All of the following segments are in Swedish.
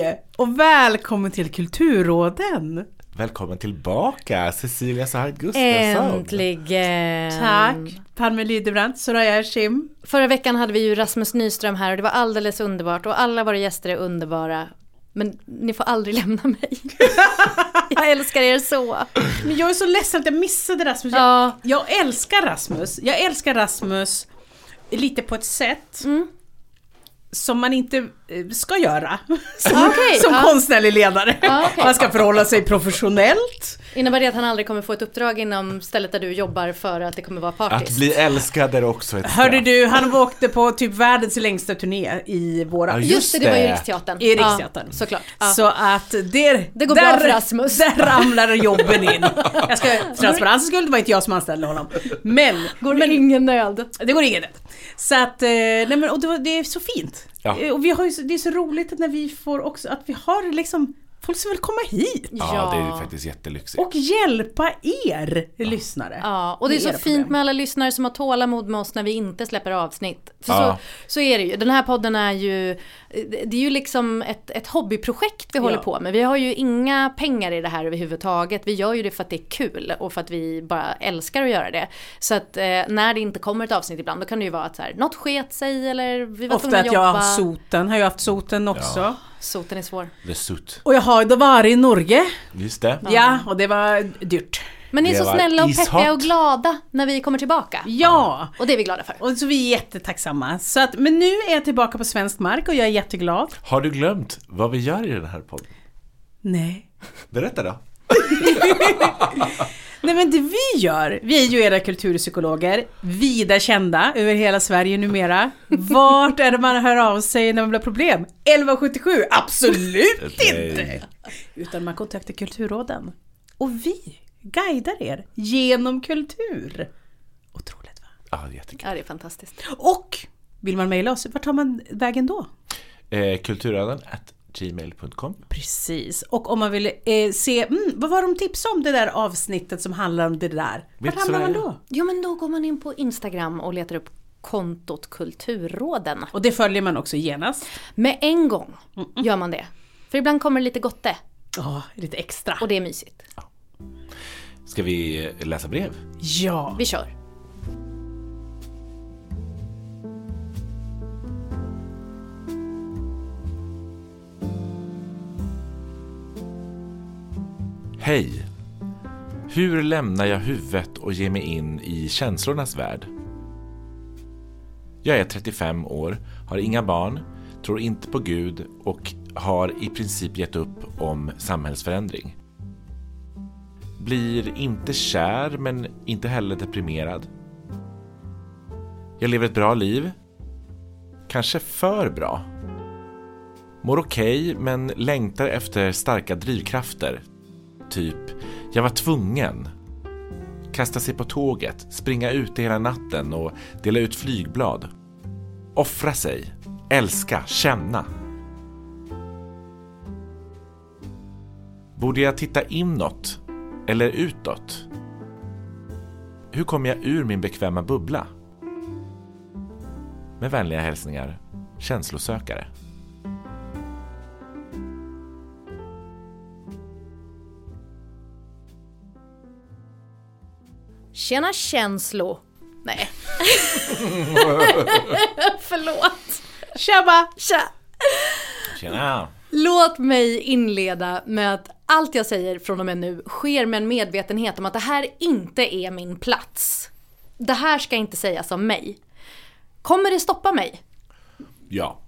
Hej och välkommen till Kulturråden. Välkommen tillbaka, Cecilia Sahart Gustafsson. Äntligen. Tack, Palme Lydebrant, Soraya Hashim. Förra veckan hade vi ju Rasmus Nyström här och det var alldeles underbart. Och alla våra gäster är underbara. Men ni får aldrig lämna mig. Jag älskar er så. Men jag är så ledsen att jag missade Rasmus. Jag älskar Rasmus. Jag älskar Rasmus lite på ett sätt som man inte ska göra som konstnärlig ledare. Man ska förhålla sig professionellt. Innebär det att han aldrig kommer få ett uppdrag inom stället där du jobbar för att det kommer vara partisk? Att bli älskad är också ett straff. Hörde du, han åkte på typ världens längsta turné i våra... Ja, just det var ju Riksteatern. I Riksteatern. Ja, såklart. Så att det går bra för Rasmus. Där ramlar jobben in. Jag ska transparens skulle det var inte jag som anställde honom. Men ingen nöd. Det går ingen nöd. Så att nej men och det är så fint. Ja. Och vi har ju, det är så roligt att när vi får också att vi har liksom folk som vill komma hit. Ja, det är faktiskt jättelyxigt. Och hjälpa er lyssnare. Ja, och det är så fint med alla lyssnare som har tålamod med oss när vi inte släpper avsnitt. För så är det ju. Den här podden är ju, det är ju liksom ett hobbyprojekt vi håller på med. Vi har ju inga pengar i det här överhuvudtaget. Vi gör ju det för att det är kul och för att vi bara älskar att göra det. Så att när det inte kommer ett avsnitt ibland, då kan det ju vara att så här, något sket sig eller vi var ofta att jag har soten, har ju haft soten också. Ja. Soten är svår. Det är sot. Och jag har då varit i Norge. Just det. Ja, och det var dyrt. Men ni är så snälla och peppiga och glada när vi kommer tillbaka. Ja. Och det är vi glada för. Och så vi är jättetacksamma. Så att, men nu är jag tillbaka på svensk mark och jag är jätteglad. Har du glömt vad vi gör i den här podden? Nej. Berätta då. Nej men det vi gör, vi är ju era kulturpsykologer, vida kända över hela Sverige numera. Vart är det man hör av sig när man blir problem? 1177, absolut inte! Utan man kontaktar Kulturråden. Och vi guidar er genom kultur. Otroligt va? Ja, jättekul. Ja, det är fantastiskt. Och vill man mejla oss, vart tar man vägen då? Kulturråden@gmail.com. Precis. Och om man vill se, vad var de tips om det där avsnittet som handlar om det där? Vart hamnar man då? Ja, men då går man in på Instagram och letar upp kontot Kulturråden. Och det följer man också genast. Med en gång gör man det. För ibland kommer det lite gotte. Ja, lite extra. Och det är mysigt. Ja. Ska vi läsa brev? Ja. Vi kör. Hej! Hur lämnar jag huvudet och ger mig in i känslornas värld? Jag är 35 år, har inga barn, tror inte på Gud och har i princip gett upp om samhällsförändring. Blir inte kär men inte heller deprimerad. Jag lever ett bra liv. Kanske för bra. Mår okej, men längtar efter starka drivkrafter. Typ, jag var tvungen. Kasta sig på tåget, springa ut hela natten och dela ut flygblad. Offra sig, älska, känna. Borde jag titta inåt eller utåt? Hur kommer jag ur min bekväma bubbla? Med vänliga hälsningar, känslosökare. Tjena känslo. Nej. Förlåt. Tjaba. Tjena. Låt mig inleda med att allt jag säger från och med nu sker med en medvetenhet om att det här inte är min plats. Det här ska inte sägas om mig. Kommer det stoppa mig? Ja.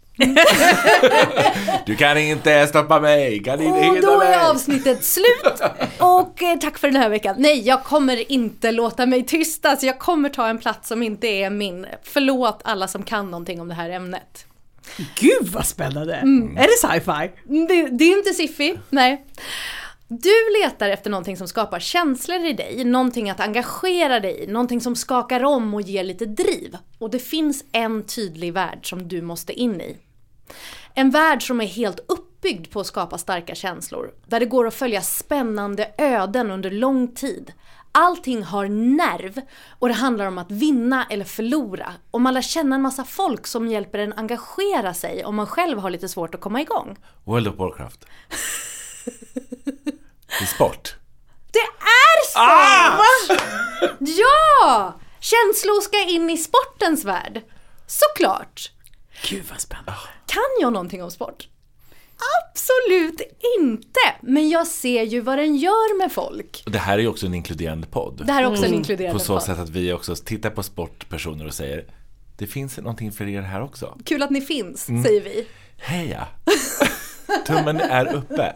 Du kan inte stoppa mig. Kan inte och då mig. är avsnittet slut. Och tack för den här veckan. Nej, jag kommer inte låta mig tystas. Jag kommer ta en plats som inte är min. Förlåt alla som kan någonting om det här ämnet. Gud vad spännande. Är det sci-fi? Det är inte sci-fi, nej. Du letar efter någonting som skapar känslor i dig, någonting att engagera dig i, någonting som skakar om och ger lite driv. Och det finns en tydlig värld som du måste in i. En värld som är helt uppbyggd på att skapa starka känslor. Där det går att följa spännande öden under lång tid. Allting har nerv och det handlar om att vinna eller förlora. Och man lär känna en massa folk som hjälper en engagera sig om man själv har lite svårt att komma igång. World of Warcraft. Det är sport. Det är sport! Ja! Känslor ska in i sportens värld. Såklart. Gud vad spännande. Kan jag någonting om sport? Absolut inte. Men jag ser ju vad den gör med folk. Det här är ju också en inkluderande podd. Det här är också en inkluderande podd. På så podd. sätt att vi också tittar på sportpersoner och säger det finns någonting för er här också. Kul att ni finns, säger vi. Heja! Tummen är uppe.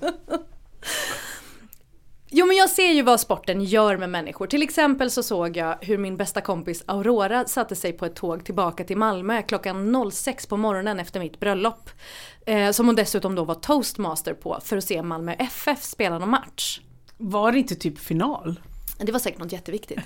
Jo, men jag ser ju vad sporten gör med människor. Till exempel så såg jag hur min bästa kompis Aurora satte sig på ett tåg tillbaka till Malmö klockan 06 på morgonen efter mitt bröllop. Som hon dessutom då var toastmaster på för att se Malmö FF spela någon match. Var det inte typ final? Det var säkert något jätteviktigt.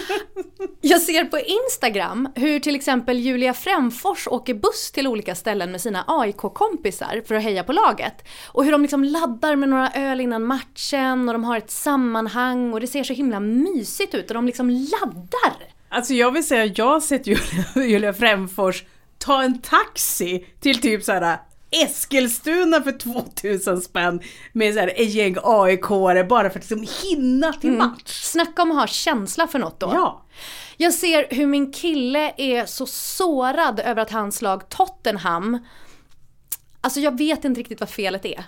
Jag ser på Instagram hur till exempel Julia Främfors åker buss till olika ställen med sina AIK-kompisar för att heja på laget. Och hur de liksom laddar med några öl innan matchen och de har ett sammanhang och det ser så himla mysigt ut och de liksom laddar. Alltså jag vill säga, jag har sett Julia Främfors ta en taxi till typ såhär Eskilstuna för 2000 spänn med så här ett gäng AIK-are bara för att liksom hinna till match. Snacka om att ha känsla för något då. Ja. Jag ser hur min kille är så sårad över att hans lag Tottenham, alltså jag vet inte riktigt vad felet är.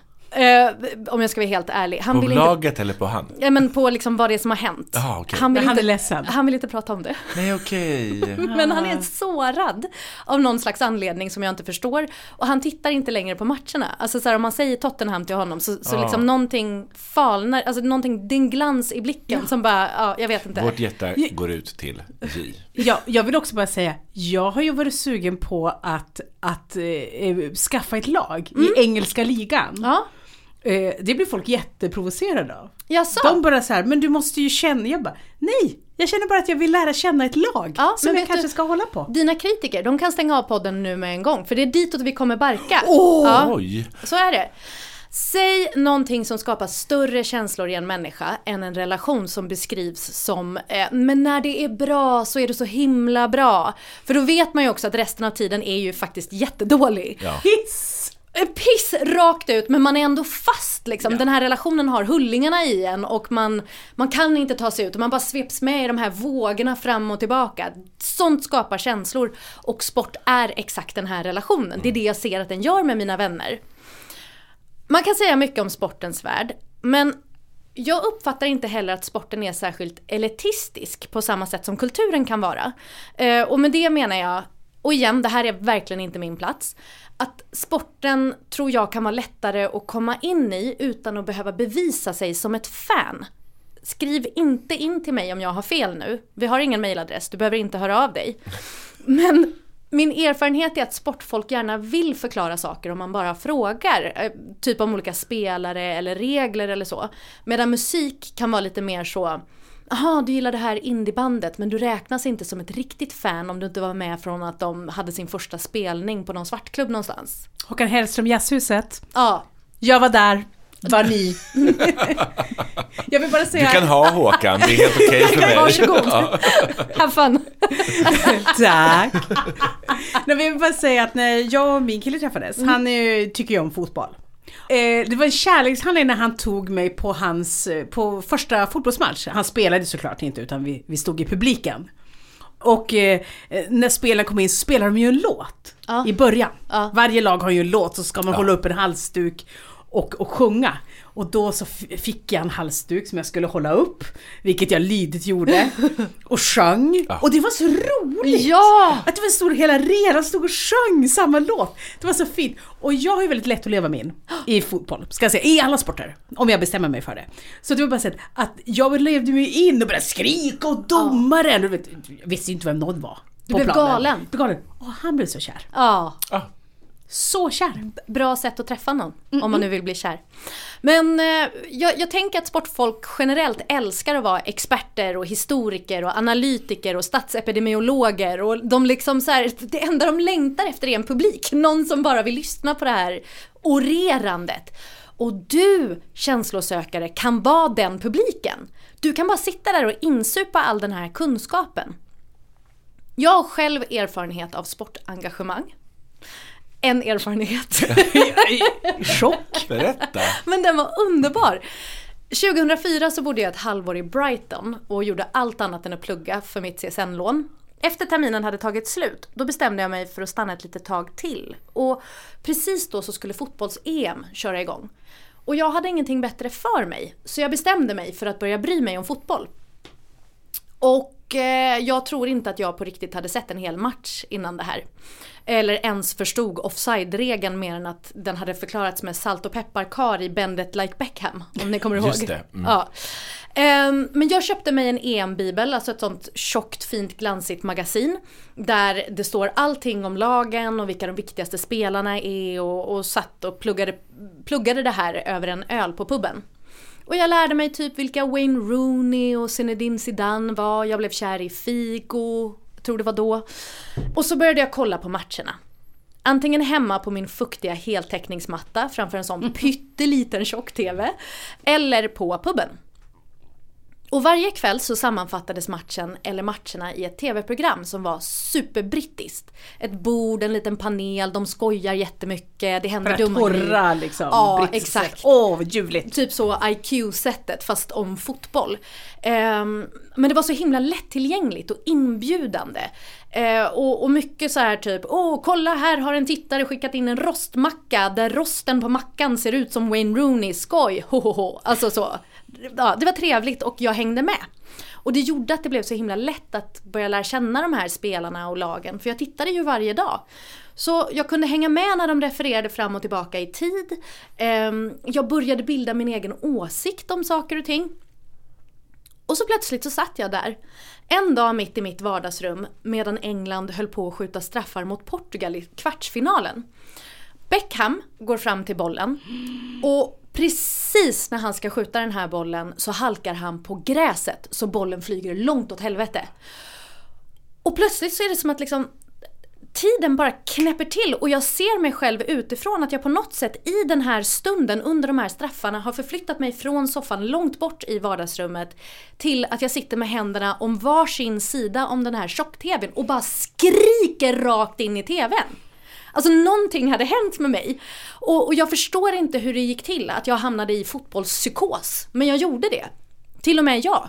Om jag ska vara helt ärlig. Han på vill laget inte, eller på han? Ja, men på liksom vad det är som har hänt. Ah, okay. Han är ledsen. Han vill inte prata om det. Nej, okej. Men han är sårad av någon slags anledning som jag inte förstår. Och han tittar inte längre på matcherna. Alltså så här, om man säger Tottenham till honom så liksom någonting falnar, alltså någonting, din glans i blicken som bara, jag vet inte. Vårt hjärta går ut till J. Ja, jag vill också bara säga, jag har ju varit sugen på att skaffa ett lag i engelska ligan. Ja. Det blir folk jätteprovocerade av. Jaså? De bara så här, men du måste ju känna. Jag bara, nej, jag känner bara att jag vill lära känna ett lag som jag kanske ska hålla på. Dina kritiker, de kan stänga av podden nu med en gång. För det är ditåt vi kommer barka. Oj! Så är det. Säg någonting som skapar större känslor i en människa än en relation som beskrivs som men när det är bra så är det så himla bra. För då vet man ju också att resten av tiden är ju faktiskt jättedålig. Ja. Piss rakt ut, men man är ändå fast liksom. Ja. Den här relationen har hullingarna i en och man kan inte ta sig ut och man bara sveps med i de här vågorna fram och tillbaka. Sånt skapar känslor och sport är exakt den här relationen. Det är det jag ser att den gör med mina vänner. Man kan säga mycket om sportens värld, men jag uppfattar inte heller att sporten är särskilt elitistisk på samma sätt som kulturen kan vara. Och med det menar jag, och igen, det här är verkligen inte min plats, att sporten tror jag kan vara lättare att komma in i utan att behöva bevisa sig som ett fan. Skriv inte in till mig om jag har fel nu. Vi har ingen mejladress, du behöver inte höra av dig. Men min erfarenhet är att sportfolk gärna vill förklara saker om man bara frågar. Typ om olika spelare eller regler eller så. Medan musik kan vara lite mer så, aha, du gillar det här indiebandet men du räknas inte som ett riktigt fan om du inte var med från att de hade sin första spelning på någon svartklubb någonstans. Håkan Hellström, Jazzhuset. Ja. Jag var där. Var ni? Jag vill bara säga... Du kan ha Håkan, det är helt okej för mig. Varsågod. Ja. Have fun. Tack. Jag vill bara säga att när jag och min kille träffades, han tycker ju om fotboll. Det var en kärlekshandling när han tog mig på första fotbollsmatch. Han spelade såklart inte utan vi stod i publiken. Och när spelarna kom in så spelade de ju en låt i början. Varje lag har ju en låt, så ska man hålla upp en halsduk och sjunga. Och då så fick jag en halsduk som jag skulle hålla upp, vilket jag lydigt gjorde och sjöng. Och det var så roligt. Ja! Att det var stor hela redan stod och sjöng samma låt. Det var så fint. Och jag har ju väldigt lätt att leva min i fotboll, ska jag säga, i alla sporter, om jag bestämmer mig för det. Så det var bara så att jag levde mig in och började skrika och domaren. Du vet, jag visste inte vem någon var. Du blev galen. Och han blev så kär. Ja. Så kär. Bra sätt att träffa någon, om man nu vill bli kär. Men jag tänker att sportfolk generellt älskar att vara experter och historiker och analytiker och statsepidemiologer. Och de liksom så här, det enda de längtar efter är en publik. Någon som bara vill lyssna på det här orerandet. Och du, känslosökare, kan vara den publiken. Du kan bara sitta där och insupa all den här kunskapen. Jag har själv erfarenhet av sportengagemang. En erfarenhet. Chock. Berätta. Men den var underbar. 2004 så bodde jag ett halvår i Brighton och gjorde allt annat än att plugga för mitt CSN-lån. Efter terminen hade tagit slut, då bestämde jag mig för att stanna ett litet tag till. Och precis då så skulle fotbolls-EM köra igång. Och jag hade ingenting bättre för mig, så jag bestämde mig för att börja bry mig om fotboll. Och jag tror inte att jag på riktigt hade sett en hel match innan det här. Eller ens förstod offside-regeln mer än att den hade förklarats med salt och pepparkar i Bend It Like Beckham, om ni kommer ihåg. Just det. Mm. Ja. Men jag köpte mig en EM-bibel, alltså ett sånt tjockt, fint, glansigt magasin där det står allting om lagen och vilka de viktigaste spelarna är och satt och pluggade det här över en öl på puben. Och jag lärde mig typ vilka Wayne Rooney och Zinedine Zidane var. Jag blev kär i Figo, tror det var då. Och så började jag kolla på matcherna. Antingen hemma på min fuktiga heltäckningsmatta framför en sån pytteliten tjock-tv. Eller på puben. Och varje kväll så sammanfattades matchen eller matcherna i ett tv-program som var superbrittiskt. Ett bord, en liten panel, de skojar jättemycket, det händer dumma grejer. Torra liksom. Ja, exakt. Åh, vad ljuvligt. Typ så IQ-sättet fast om fotboll. Men det var så himla lättillgängligt och inbjudande. Och mycket så här typ, kolla här har en tittare skickat in en rostmacka där rosten på mackan ser ut som Wayne Rooney, skoj, hohoho. Alltså så. Ja, det var trevligt och jag hängde med. Och det gjorde att det blev så himla lätt att börja lära känna de här spelarna och lagen. För jag tittade ju varje dag. Så jag kunde hänga med när de refererade fram och tillbaka i tid. Jag började bilda min egen åsikt om saker och ting. Och så plötsligt så satt jag där. En dag mitt i mitt vardagsrum medan England höll på att skjuta straffar mot Portugal i kvartsfinalen. Beckham går fram till bollen och precis när han ska skjuta den här bollen så halkar han på gräset så bollen flyger långt åt helvete. Och plötsligt så är det som att liksom tiden bara knäpper till och jag ser mig själv utifrån att jag på något sätt i den här stunden under de här straffarna har förflyttat mig från soffan långt bort i vardagsrummet till att jag sitter med händerna om varsin sida om den här tjock-tvn och bara skriker rakt in i tvn. Alltså någonting hade hänt med mig och jag förstår inte hur det gick till att jag hamnade i fotbollspsykos. Men jag gjorde det. Till och med jag.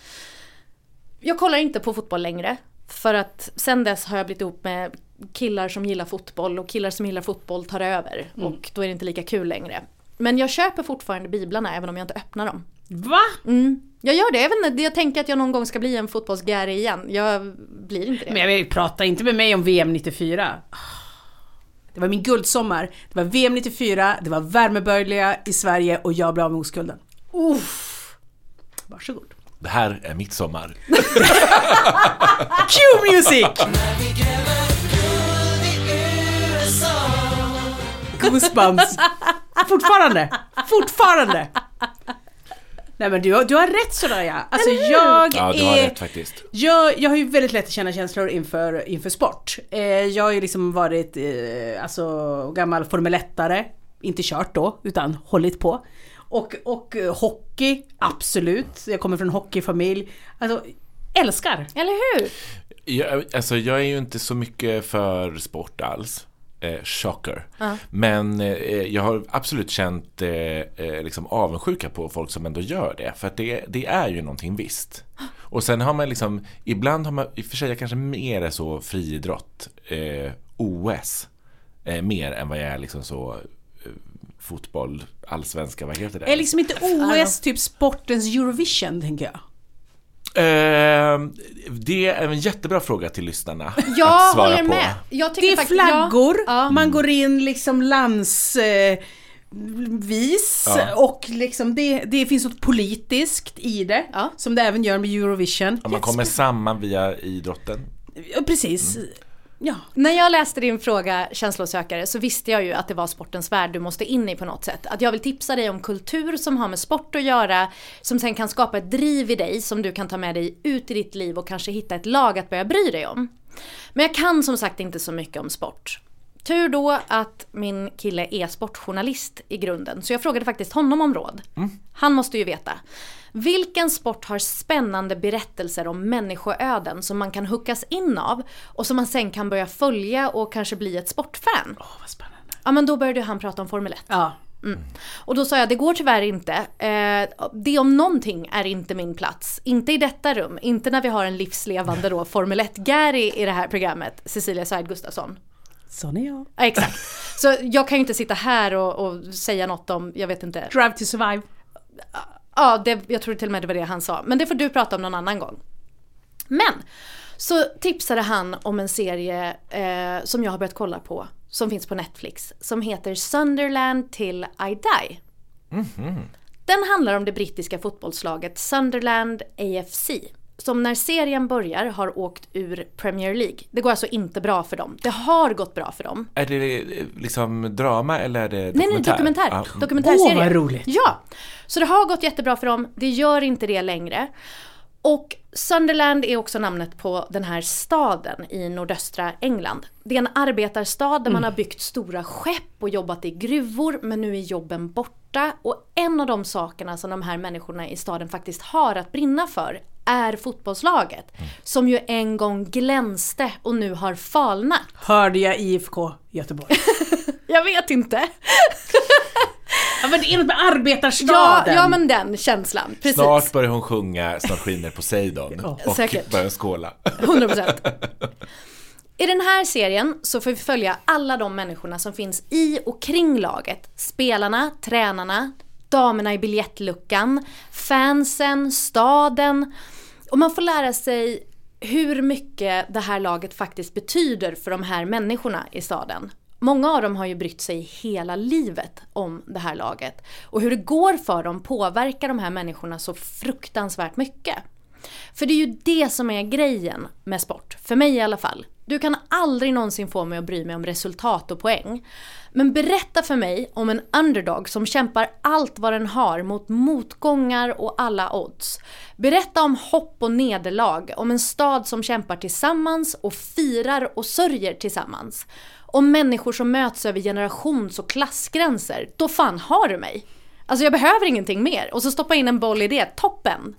Jag kollar inte på fotboll längre. För att sen dess har jag blivit ihop med killar som gillar fotboll och killar som gillar fotboll tar över. Och då är det inte lika kul längre. Men jag köper fortfarande biblarna även om jag inte öppnar dem. Va? Jag gör det. Jag tänker att jag någon gång ska bli en fotbollsgäri igen. Jag blir inte det. Men jag vill prata inte med mig om VM 94. Det var min guldsommar. Det var VM 94. Det var värmebölja i Sverige och jag blev av med oskulden. Varsågod. Det här är mitt sommar. Cue music! Goosebumps. Fortfarande. Nej men du har rätt sådär ja. Alltså du har rätt faktiskt. Jag har ju väldigt lätt att känna känslor inför sport. Jag har ju liksom varit gammal Formel 1-are. Inte kört då, utan hållit på. Och hockey, absolut. Jag kommer från en hockeyfamilj. Alltså, älskar. Eller hur? Jag är ju inte så mycket för sport alls. Shocker. Men jag har absolut känt liksom avundsjuka på folk som ändå gör det. För att det är ju någonting visst. Och sen har man liksom, ibland har man, i och för sig jag kanske mer är så friidrott, OS, mer än vad jag är liksom så fotboll, allsvenska, vad heter det? Är liksom inte OS typ sportens Eurovision, tänker jag. Det är en jättebra fråga till lyssnarna. Jag att svara håller på. med. Det är flaggor, man går in liksom landsvis och liksom det finns något politiskt i det som det även gör med Eurovision. Man kommer samman via idrotten. Ja, precis. Ja. När jag läste din fråga, känslosökare, så visste jag ju att det var sportens värld du måste in i på något sätt. Att jag vill tipsa dig om kultur som har med sport att göra, som sen kan skapa ett driv i dig som du kan ta med dig ut i ditt liv och kanske hitta ett lag att börja bry dig om. Men jag kan som sagt inte så mycket om sport. Tur då att min kille är sportjournalist i grunden. Så jag frågade faktiskt honom om råd. Han måste ju veta. Vilken sport har spännande berättelser om människoöden som man kan hookas in av och som man sen kan börja följa och kanske bli ett sportfan? Vad spännande. Ja, men då började han prata om Formel 1. Ja. Och då sa jag, det går tyvärr inte. Det om någonting är inte min plats. Inte i detta rum. Inte när vi har en livslevande då, Formel 1-Gary i det här programmet. Cecilia Seid Gustafsson. Sån är jag. Ja, exakt. Så jag kan ju inte sitta här och säga något om, jag vet inte. Drive to Survive. Ja, jag tror till och med det var det han sa. Men det får du prata om någon annan gång. Men så tipsade han om en serie som jag har börjat kolla på. Som finns på Netflix. Som heter Sunderland till I Die. Den handlar om det brittiska fotbollslaget Sunderland AFC. Som när serien börjar har åkt ur Premier League. Det går alltså inte bra för dem. Det har gått bra för dem. Är det liksom drama eller är det dokumentär? Nej, dokumentär. Dokumentärserie. Vad roligt. Ja, så det har gått jättebra för dem. Det gör inte det längre. Och Sunderland är också namnet på den här staden i nordöstra England. Det är en arbetarstad där man har byggt stora skepp och jobbat i gruvor, men nu är jobben borta. Och en av de sakerna som de här människorna i staden faktiskt har att brinna för är fotbollslaget. Som ju en gång glänste och nu har falnat. Hörde jag IFK Göteborg? Jag vet inte. Ja, men det är något med arbetarstaden. Ja, men den känslan. Precis. Snart börjar hon sjunga Snart skiner Poseidon och säkert. börjar skåla. 100%. I den här serien så får vi följa alla de människorna som finns i och kring laget. Spelarna, tränarna, damerna i biljettluckan, fansen, staden. Och man får lära sig hur mycket det här laget faktiskt betyder för de här människorna i staden. Många av dem har ju brytt sig hela livet om det här laget. Och hur det går för dem påverkar de här människorna så fruktansvärt mycket. För det är ju det som är grejen med sport. För mig i alla fall. Du kan aldrig någonsin få mig att bry mig om resultat och poäng. Men berätta för mig om en underdog som kämpar allt vad den har mot motgångar och alla odds. Berätta om hopp och nederlag. Om en stad som kämpar tillsammans och firar och sörjer tillsammans. Om människor som möts över generations- och klassgränser. Då fan har du mig. Alltså jag behöver ingenting mer. Och så stoppa in en boll i det. Toppen.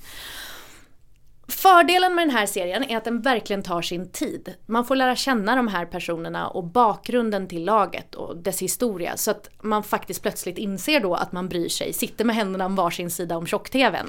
Fördelen med den här serien är att den verkligen tar sin tid. Man får lära känna de här personerna och bakgrunden till laget och dess historia. Så att man faktiskt plötsligt inser då att man bryr sig. Sitter med händerna om varsin sida om tjock-tvn.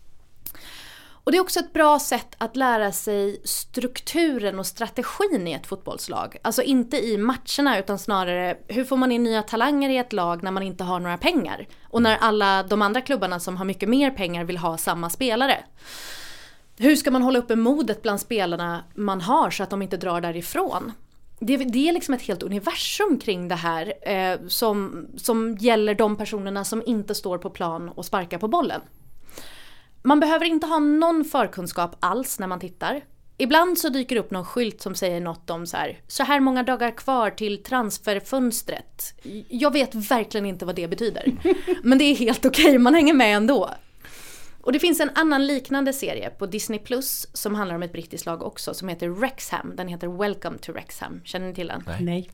Och det är också ett bra sätt att lära sig strukturen och strategin i ett fotbollslag. Alltså inte i matcherna utan snarare hur får man in nya talanger i ett lag när man inte har några pengar. Och när alla de andra klubbarna som har mycket mer pengar vill ha samma spelare. Hur ska man hålla uppe modet bland spelarna man har så att de inte drar därifrån? Det är liksom ett helt universum kring det här som gäller de personerna som inte står på plan och sparkar på bollen. Man behöver inte ha någon förkunskap alls när man tittar. Ibland så dyker upp någon skylt som säger något om så här många dagar kvar till transferfönstret. Jag vet verkligen inte vad det betyder. Men det är helt okej, man hänger med ändå. Och det finns en annan liknande serie på Disney Plus som handlar om ett brittiskt lag också som heter Wrexham. Den heter Welcome to Wrexham. Känner ni till den? Nej.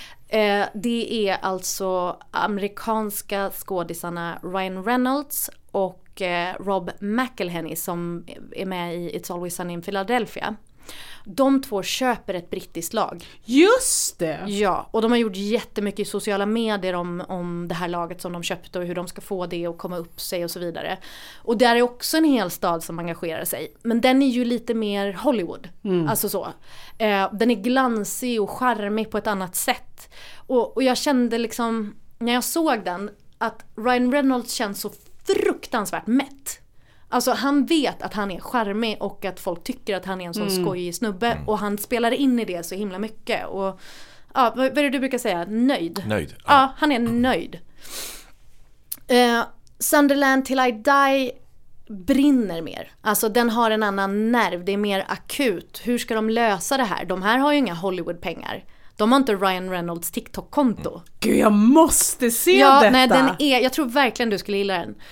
Det är alltså amerikanska skådisarna Ryan Reynolds och Rob McElhenney som är med i It's Always Sunny in Philadelphia. De två köper ett brittiskt lag. Just det! Ja, och de har gjort jättemycket i sociala medier om det här laget som de köpte och hur de ska få det och komma upp sig och så vidare. Och där är också en hel stad som engagerar sig. Men den är ju lite mer Hollywood. Alltså så. Den är glansig och charmig på ett annat sätt. Och jag kände liksom, när jag såg den, att Ryan Reynolds känns så fruktansvärt mätt. Alltså han vet att han är charmig och att folk tycker att han är en sån skojig snubbe. Och han spelar in i det så himla mycket. Och ja, vad är det du brukar säga? Nöjd. Nöjd. Ja, han är nöjd. Sunderland till I Die brinner mer. Alltså den har en annan nerv. Det är mer akut. Hur ska de lösa det här? De här har ju inga Hollywood-pengar. De har inte Ryan Reynolds TikTok-konto. Gud, jag måste se detta. Nej, jag tror verkligen du skulle gilla den.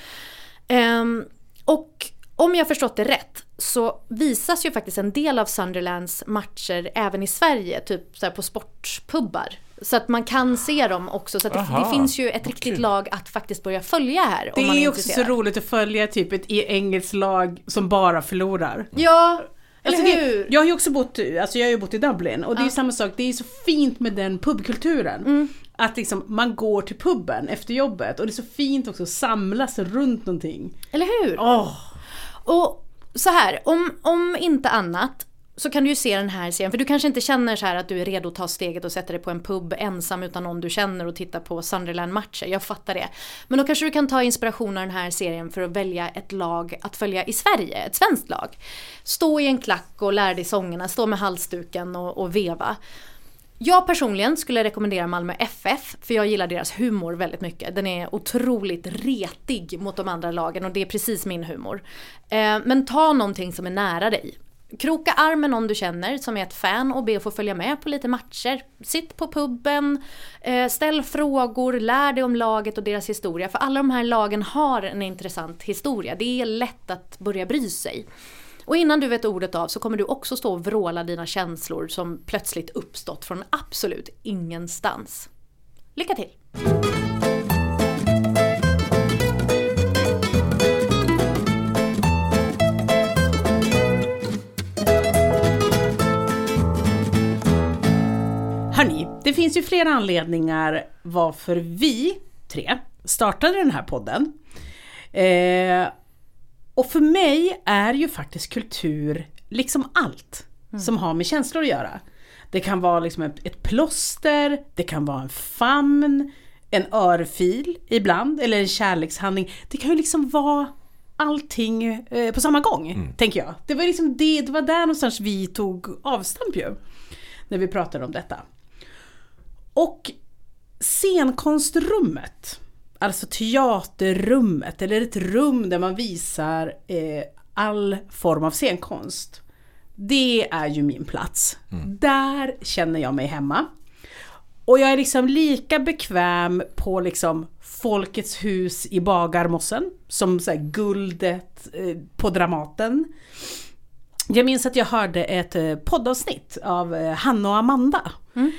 Och om jag förstått det rätt så visas ju faktiskt en del av Sunderlands matcher även i Sverige, typ så här på sportpubbar Så att man kan se dem också. Så att det finns ju ett riktigt lag att faktiskt börja följa här. Det om man är också så roligt att följa typ ett engelskt lag som bara förlorar. Ja, alltså hur? Jag har ju också bott i Dublin och det är samma sak, det är så fint med den pubkulturen. Att liksom man går till puben efter jobbet och det är så fint också att samlas runt någonting. Eller hur? Och så här, om inte annat så kan du ju se den här serien, för du kanske inte känner så här att du är redo att ta steget och sätta dig på en pub ensam utan någon du känner och titta på Sunderland-matcher. Jag fattar det. Men då kanske du kan ta inspiration av den här serien för att välja ett lag att följa i Sverige, ett svenskt lag. Stå i en klack och lära dig sångerna, stå med halsduken och veva. Jag personligen skulle rekommendera Malmö FF, för jag gillar deras humor väldigt mycket. Den är otroligt retig mot de andra lagen och det är precis min humor. Men ta någonting som är nära dig. Kroka armen om du känner som är ett fan och be att få följa med på lite matcher. Sitt på puben, ställ frågor, lär dig om laget och deras historia. För alla de här lagen har en intressant historia. Det är lätt att börja bry sig. Och innan du vet ordet av så kommer du också stå och vråla dina känslor som plötsligt uppstått från absolut ingenstans. Lycka till! Hörrni, det finns ju flera anledningar varför vi 3 startade den här podden. Och för mig är ju faktiskt kultur liksom allt som har med känslor att göra. Det kan vara liksom ett plåster, det kan vara en famn, en örfil ibland, eller en kärlekshandling. Det kan ju liksom vara allting på samma gång, tänker jag. Det var liksom det var där någonstans vi tog avstamp ju, när vi pratade om detta. Och scenkonstrummet, alltså teaterrummet, eller ett rum där man visar all form av scenkonst, det är ju min plats. Där känner jag mig hemma. Och jag är liksom lika bekväm på liksom Folkets hus i Bagarmossen som så här guldet på Dramaten. Jag minns att jag hörde ett poddavsnitt av Hanna och Amanda.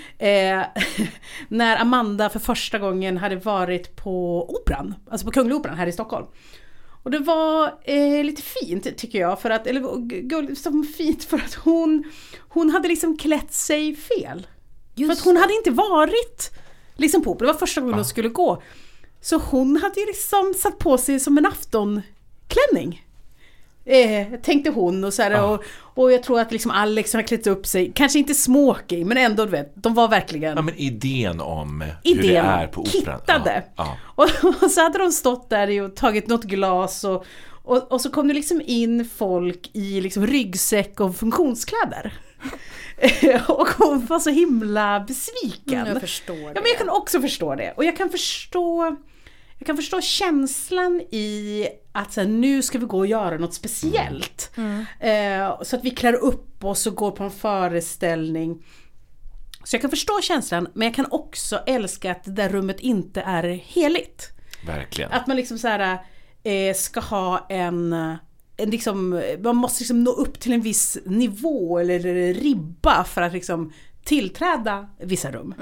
När Amanda för första gången hade varit på operan, alltså på Kungliga Operan här i Stockholm. Och det var lite fint tycker jag, för att, fint för att hon hade liksom klätt sig fel. Just för att hon hade inte varit liksom på opera. Det var första gången hon skulle gå. Så hon hade ju liksom satt på sig som en aftonklänning. Tänkte hon och så här, och jag tror att liksom Alex har klätt upp sig, kanske inte smoking, men ändå, du vet, de var verkligen men idén om hur det är på operan kittade. Och så hade de stått där och tagit något glas och så kom det liksom in folk i liksom ryggsäck och funktionskläder. Och hon var så himla besviken. Jag förstår det. Ja, men jag kan också förstå det. Och jag kan förstå känslan i att så här, nu ska vi gå och göra något speciellt. Så att vi klär upp oss och går på en föreställning. Så jag kan förstå känslan, men jag kan också älska att det där rummet inte är heligt. Verkligen. Att man liksom så här, ska ha en liksom, man måste liksom nå upp till en viss nivå eller ribba för att liksom tillträda vissa rum.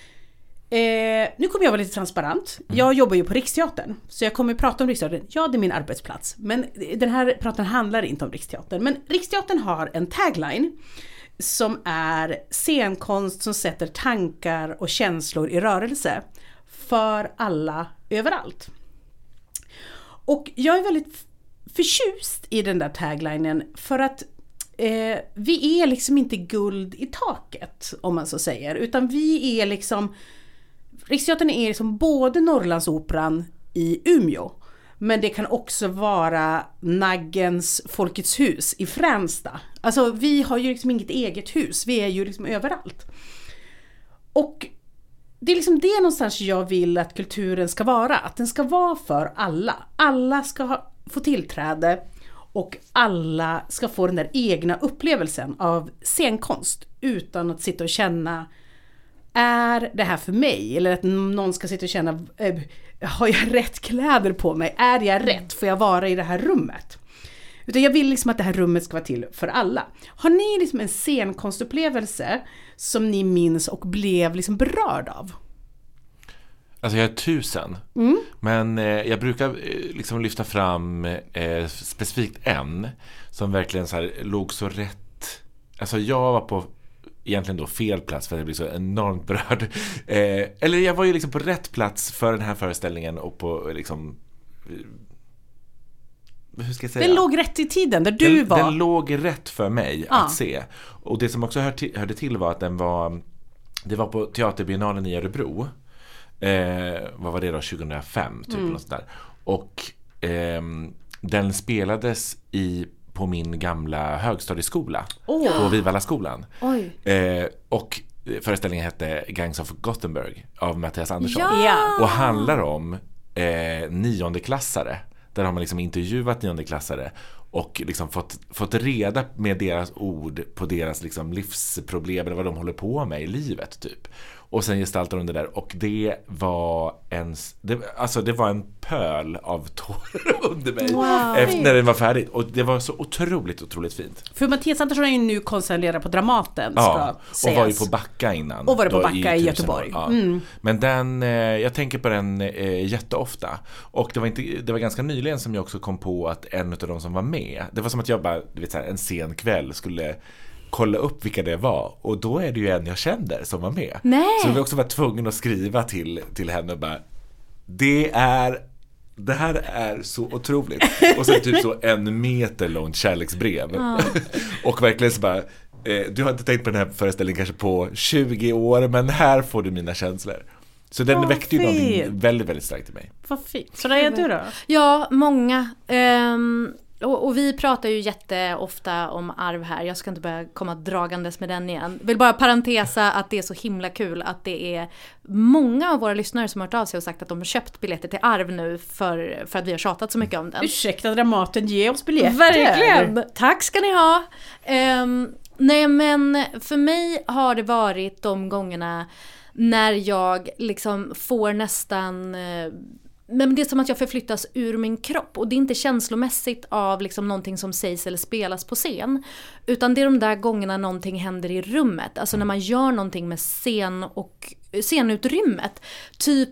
Nu kommer jag vara lite transparent. Jag jobbar ju på Riksteatern, så jag kommer prata om Riksteatern. Ja, det är min arbetsplats, men den här praten handlar inte om Riksteatern. Men Riksteatern har en tagline som är scenkonst som sätter tankar och känslor i rörelse för alla överallt. Och jag är väldigt förtjust i den där taglinen för att vi är liksom inte guld i taket, om man så säger, utan vi är liksom, Riksteatern är liksom både Norrlandsoperan i Umeå, men det kan också vara Naggens Folkets hus i Fränsta. Alltså vi har ju liksom inget eget hus, vi är ju liksom överallt. Och det är liksom det någonstans jag vill att kulturen ska vara, att den ska vara för alla. Alla ska få tillträde och alla ska få den där egna upplevelsen av scenkonst utan att sitta och känna, är det här för mig? Eller att någon ska sitta och känna, har jag rätt kläder på mig? Är jag rätt? Får jag vara i det här rummet? Utan jag vill liksom att det här rummet ska vara till för alla. Har ni liksom en scenkonstupplevelse som ni minns och blev liksom berörd av? Alltså jag är 1000. Men jag brukar liksom lyfta fram specifikt en som verkligen så här låg så rätt. Alltså jag var på egentligen då fel plats för att jag blev så enormt berörd. Eller jag var ju liksom på rätt plats för den här föreställningen och på liksom... Hur ska jag säga? Den låg rätt i tiden där du var. Den låg rätt för mig att se. Och det som också hörde till var att det var på Teaterbiennalen i Örebro. Vad var det då? 2005 typ något sånt där. Och den spelades på min gamla högstadieskola på Vivallaskolan. Och föreställningen hette Gangs of Gothenburg av Mattias Andersson. Och handlar om 9-klassare. Där har man liksom intervjuat 9-klassare och liksom fått reda med deras ord på deras liksom livsproblem eller vad de håller på med i livet typ. Och sen gestaltar de det där och det var en pöl av tårar under mig när den var färdig. Och det var så otroligt fint. För Mattias Andersson är ju nu konsertledare på Dramaten. Och var ju på Backa innan. Och var det på Backa i Göteborg. Men jag tänker på den jätteofta. Och det var ganska nyligen som jag också kom på att en av de som var med, det var som att jag bara, du vet, så här, en sen kväll skulle kolla upp vilka det var. Och då är det ju en jag kände som var med. Så vi också var tvungen att skriva till henne och bara, det här är så otroligt. Och sen typ så 1 meter långt kärleksbrev. Och verkligen så bara, du har inte tänkt på den här föreställningen kanske på 20 år, men här får du mina känslor. Så den väckte ju någonting väldigt, väldigt starkt i mig. Vad fint. Så där är du då? Ja, många. Och vi pratar ju jätteofta om arv här. Jag ska inte börja komma dragandes med den igen. Vill bara parentesa att det är så himla kul att det är många av våra lyssnare som har hört av sig och sagt att de har köpt biljetter till arv nu för att vi har tjatat så mycket om den. Ursäkta Dramaten, ge oss biljetter. Verkligen. Tack ska ni ha. Nej, men för mig har det varit de gångerna när jag liksom får nästan... Men det är som att jag förflyttas ur min kropp. Och det är inte känslomässigt av liksom någonting som sägs eller spelas på scen. Utan det är de där gångerna någonting händer i rummet. Alltså när man gör någonting med scen och scenutrymmet. Typ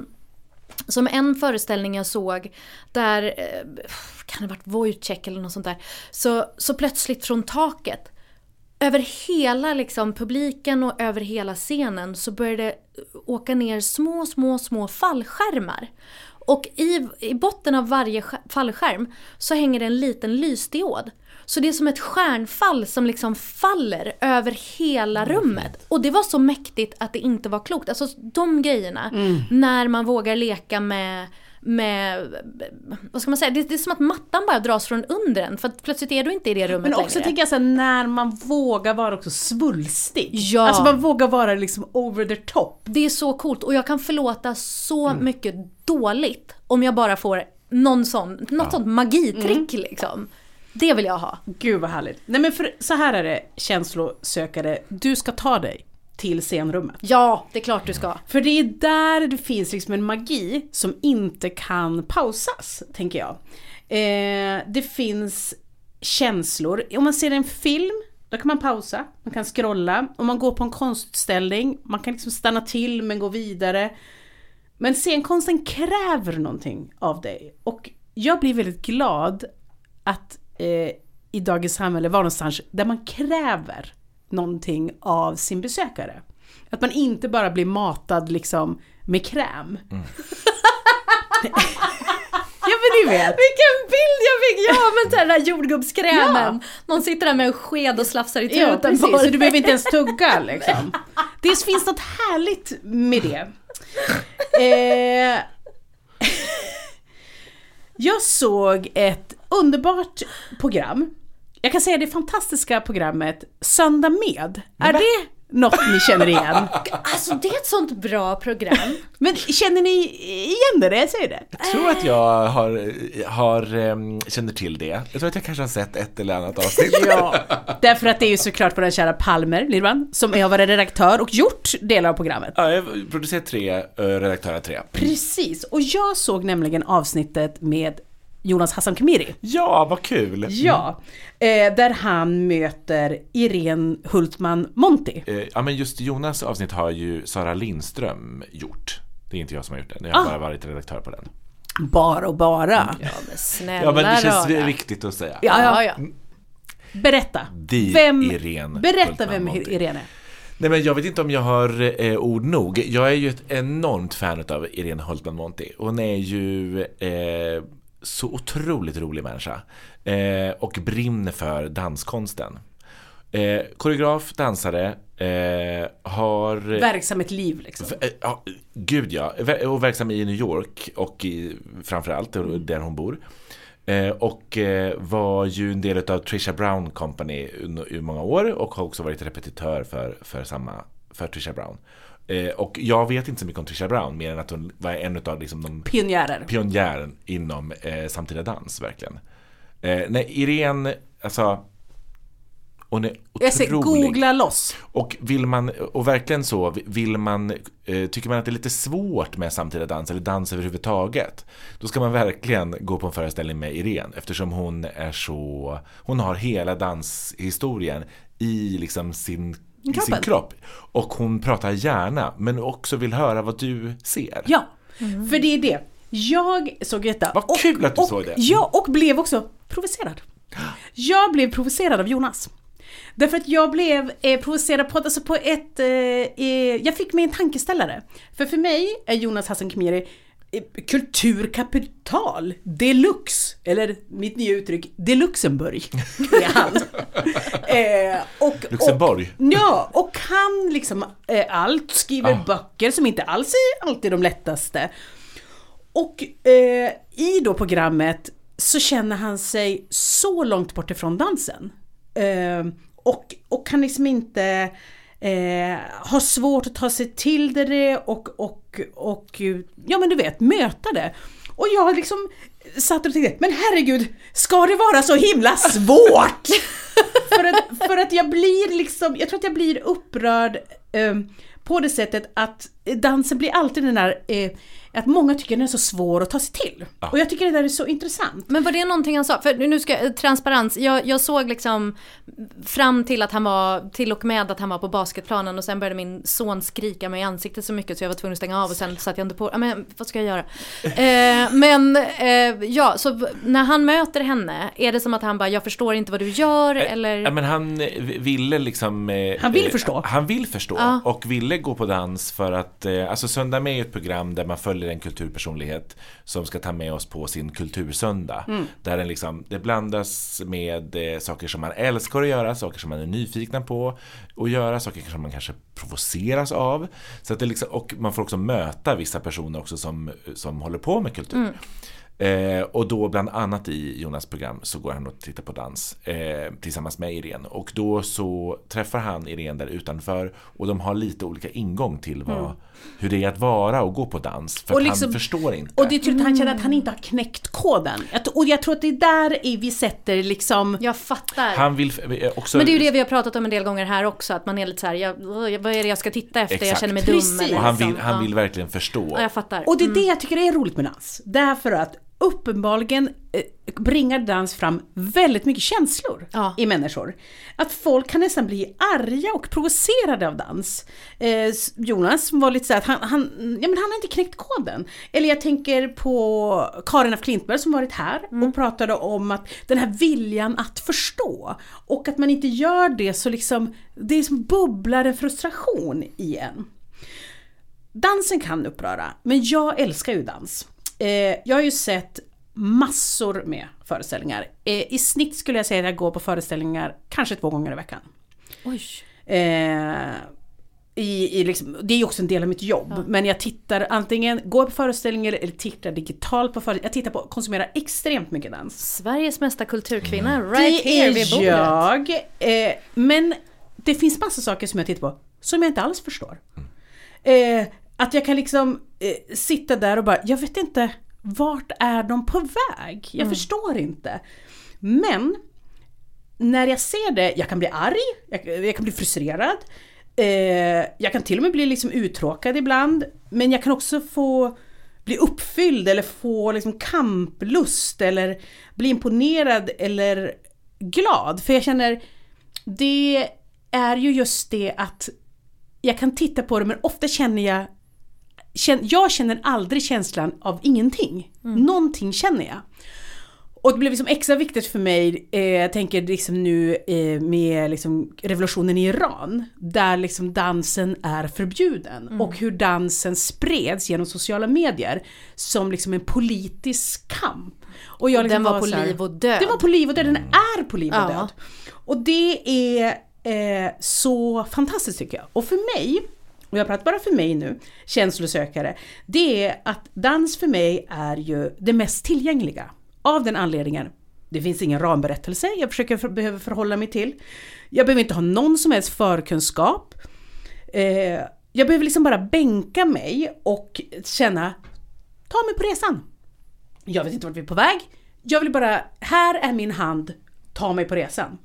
som en föreställning jag såg där, kan det ha varit Wojciech eller något sånt där. Så plötsligt från taket, över hela liksom publiken och över hela scenen så började åka ner små fallskärmar. Och i botten av varje fallskärm så hänger det en liten lysdiod. Så det är som ett stjärnfall som liksom faller över hela rummet. Och det var så mäktigt att det inte var klokt. Alltså de grejerna, när man vågar leka med vad ska man säga, det är som att mattan bara dras från under en, för att plötsligt är du inte i det rummet längre. Men också tänker jag så här, när man vågar vara också svulstig. Ja. Alltså man vågar vara liksom over the top. Det är så coolt och jag kan förlåta så mycket dåligt om jag bara får något sånt magitrick liksom. Det vill jag ha. Gud vad härligt. Nej men för så här är det, känslosökare, du ska ta dig till scenrummet. Ja, det är klart du ska. För det är där det finns liksom en magi som inte kan pausas, tänker jag. Det finns känslor. Om man ser en film, då kan man pausa. Man kan scrolla. Om man går på en konstutställning, man kan liksom stanna till men gå vidare. Men scenkonsten kräver någonting av dig. Och jag blir väldigt glad att i dagens samhälle var någonstans där man kräver någonting av sin besökare. Att man inte bara blir matad liksom med kräm. Ja men ni vet. Vilken bild jag fick. Ja men den här jordgubbskrämen. Någon sitter där med en sked och slafsar i truten. Ja precis, så du behöver inte ens tugga liksom. Det finns något härligt med det. Jag såg ett underbart program. Jag kan säga det fantastiska programmet Söndag med. Är det något ni känner igen? Alltså det är ett sånt bra program. Men känner ni igen det? Jag säger det. Jag tror att jag känner till det. Jag tror att jag kanske har sett ett eller annat avsnitt. Ja, därför att det är ju såklart på den kära Palmer Lidman som har varit redaktör och gjort delar av programmet. Ja, jag har producerat 3, redaktörer 3. Precis, och jag såg nämligen avsnittet med Jonas Hassan Khemiri. Ja, vad kul! Ja, där han möter Irene Hultman Monty. Ja, men just Jonas avsnitt har ju Sara Lindström gjort. Det är inte jag som har gjort den, jag har bara varit redaktör på den. Bara. Ja, men snälla. Ja, men det känns viktigt att säga. Ja. Berätta. Vem Irene är. Nej, men jag vet inte om jag har ord nog. Jag är ju ett enormt fan av Irene Hultman Monty. Hon är ju så otroligt rolig människa. Och brinner för danskonsten. Koreograf, dansare, har... Verksam ett liv liksom. Gud ja. Och verksam i New York och framförallt där hon bor. Och var ju en del av Trisha Brown Company i många år och har också varit repetitör för Trisha Brown. Och jag vet inte så mycket om Trisha Brown mer än att hon var en av liksom de pionjären inom samtida dans verkligen. Irene, alltså hon är otrolig. Googla loss. Och verkligen så tycker man att det är lite svårt med samtida dans eller dans överhuvudtaget, då ska man verkligen gå på en föreställning med Irene, eftersom hon har hela danshistorien i liksom sin kropp, och hon pratar gärna men också vill höra vad du ser. Ja, för det är det. Jag såg detta. Vad kul att du såg det. Ja, och blev också provocerad. Jag blev provocerad av Jonas. Därför att jag blev provocerad på ett... jag fick mig en tankeställare. För mig är Jonas Hassan Khemiri kulturkapital deluxe. Eller mitt nya uttryck, Deluxemburg. Det är han. Luxemburg. Och han liksom allt skriver böcker som inte alls är alltid de lättaste. Och i då programmet så känner han sig så långt bort ifrån dansen. Och kan liksom inte ha svårt att ta sig till det och ja, men du vet, möta det. Och jag liksom satt och tänkte, men herregud, ska det vara så himla svårt? för att jag tror att jag blir upprörd på det sättet att dansen blir alltid den där att många tycker den är så svår att ta sig till. Ja. Och jag tycker det där är så intressant. Men var det någonting han sa? För nu ska transparens. Jag såg liksom fram till att han var, till och med att han var på basketplanen, och sen började min son skrika mig i ansiktet så mycket så jag var tvungen att stänga av, och sen satt jag inte på. Men vad ska jag göra? Ja, så när han möter henne, är det som att han bara, jag förstår inte vad du gör, eller? Ja, men han ville liksom han vill förstå och ville gå på dans för att alltså Söndag med är ett program där man följer en kulturpersonlighet som ska ta med oss på sin kultursöndag. Där den liksom, det blandas med saker som man älskar att göra, saker som man är nyfikna på att göra, saker som man kanske provoceras av. Så att det liksom, och man får också möta vissa personer också som håller på med kultur. Och då bland annat i Jonas program så går han och tittar på dans tillsammans med Irene, och då så träffar han Irene där utanför, och de har lite olika ingång till hur det är att vara och gå på dans, för och att liksom, han förstår inte. Och det är tydligt att han känner att han inte har knäckt koden. Och jag tror att det är där vi sätter liksom... Jag fattar. Han vill också... Men det är ju det vi har pratat om en del gånger här också, att man är lite så här, vad är det jag ska titta efter? Exakt. Jag känner mig dum. Eller, och han vill verkligen förstå. Ja, jag fattar. Och det är det jag tycker är roligt med dans. Därför att uppenbarligen bringar dans fram väldigt mycket känslor i människor. Att folk kan nästan bli arga och provocerade av dans. Jonas var lite så att han har inte knäckt koden. Eller jag tänker på Karin af Klintberg som varit här och pratade om att den här viljan att förstå, och att man inte gör det, så liksom det är som bubblar en frustration i en. Dansen kan uppröra, men jag älskar ju dans. Jag har ju sett massor med föreställningar. I snitt skulle jag säga att jag går på föreställningar kanske 2 gånger i veckan. Oj. Liksom, det är ju också en del av mitt jobb. Men jag tittar antingen, går på föreställningar eller tittar digitalt på föreställningar. Jag tittar på, konsumerar extremt mycket dans. Sveriges mesta kulturkvinna, right det here vid bordet. Jag. Men det finns massa saker som jag tittar på som jag inte alls förstår. Att jag kan liksom sitta där och bara, jag vet inte, vart är de på väg? Jag förstår inte. Men när jag ser det, jag kan bli arg, jag kan bli frustrerad, jag kan till och med bli liksom uttråkad ibland, men jag kan också få bli uppfylld eller få liksom kamplust eller bli imponerad eller glad. För jag känner, det är ju just det att jag kan titta på det, men ofta känner jag känner aldrig känslan av ingenting. Någonting känner jag. Och det blev liksom extra viktigt för mig, jag tänker liksom nu med liksom revolutionen i Iran, där liksom dansen är förbjuden och hur dansen spreds genom sociala medier som liksom en politisk kamp. Och jag liksom den var på liv och död. Den var på liv och död, den är på liv och död. Och det är så fantastiskt tycker jag. Och för mig, och jag pratar bara för mig nu, känslosökare, det är att dans för mig är ju det mest tillgängliga. Av den anledningen, det finns ingen ramberättelse jag behöver förhålla mig till. Jag behöver inte ha någon som helst förkunskap. Jag behöver liksom bara bänka mig och känna, ta mig på resan. Jag vet inte vart vi är på väg. Jag vill bara, här är min hand, ta mig på resan.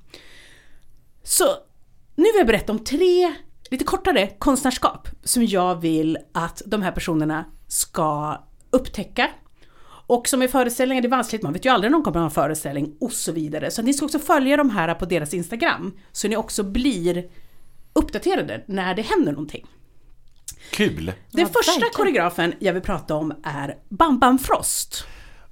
Så nu vill jag berätta om 3 lite kortare konstnärskap som jag vill att de här personerna ska upptäcka. Och som i föreställningar, det är vanskligt, man vet ju aldrig när någon kommer att ha en föreställning och så vidare. Så ni ska också följa de här på deras Instagram så ni också blir uppdaterade när det händer någonting. Kul! Den första koreografen jag vill prata om är Bam Bam Frost.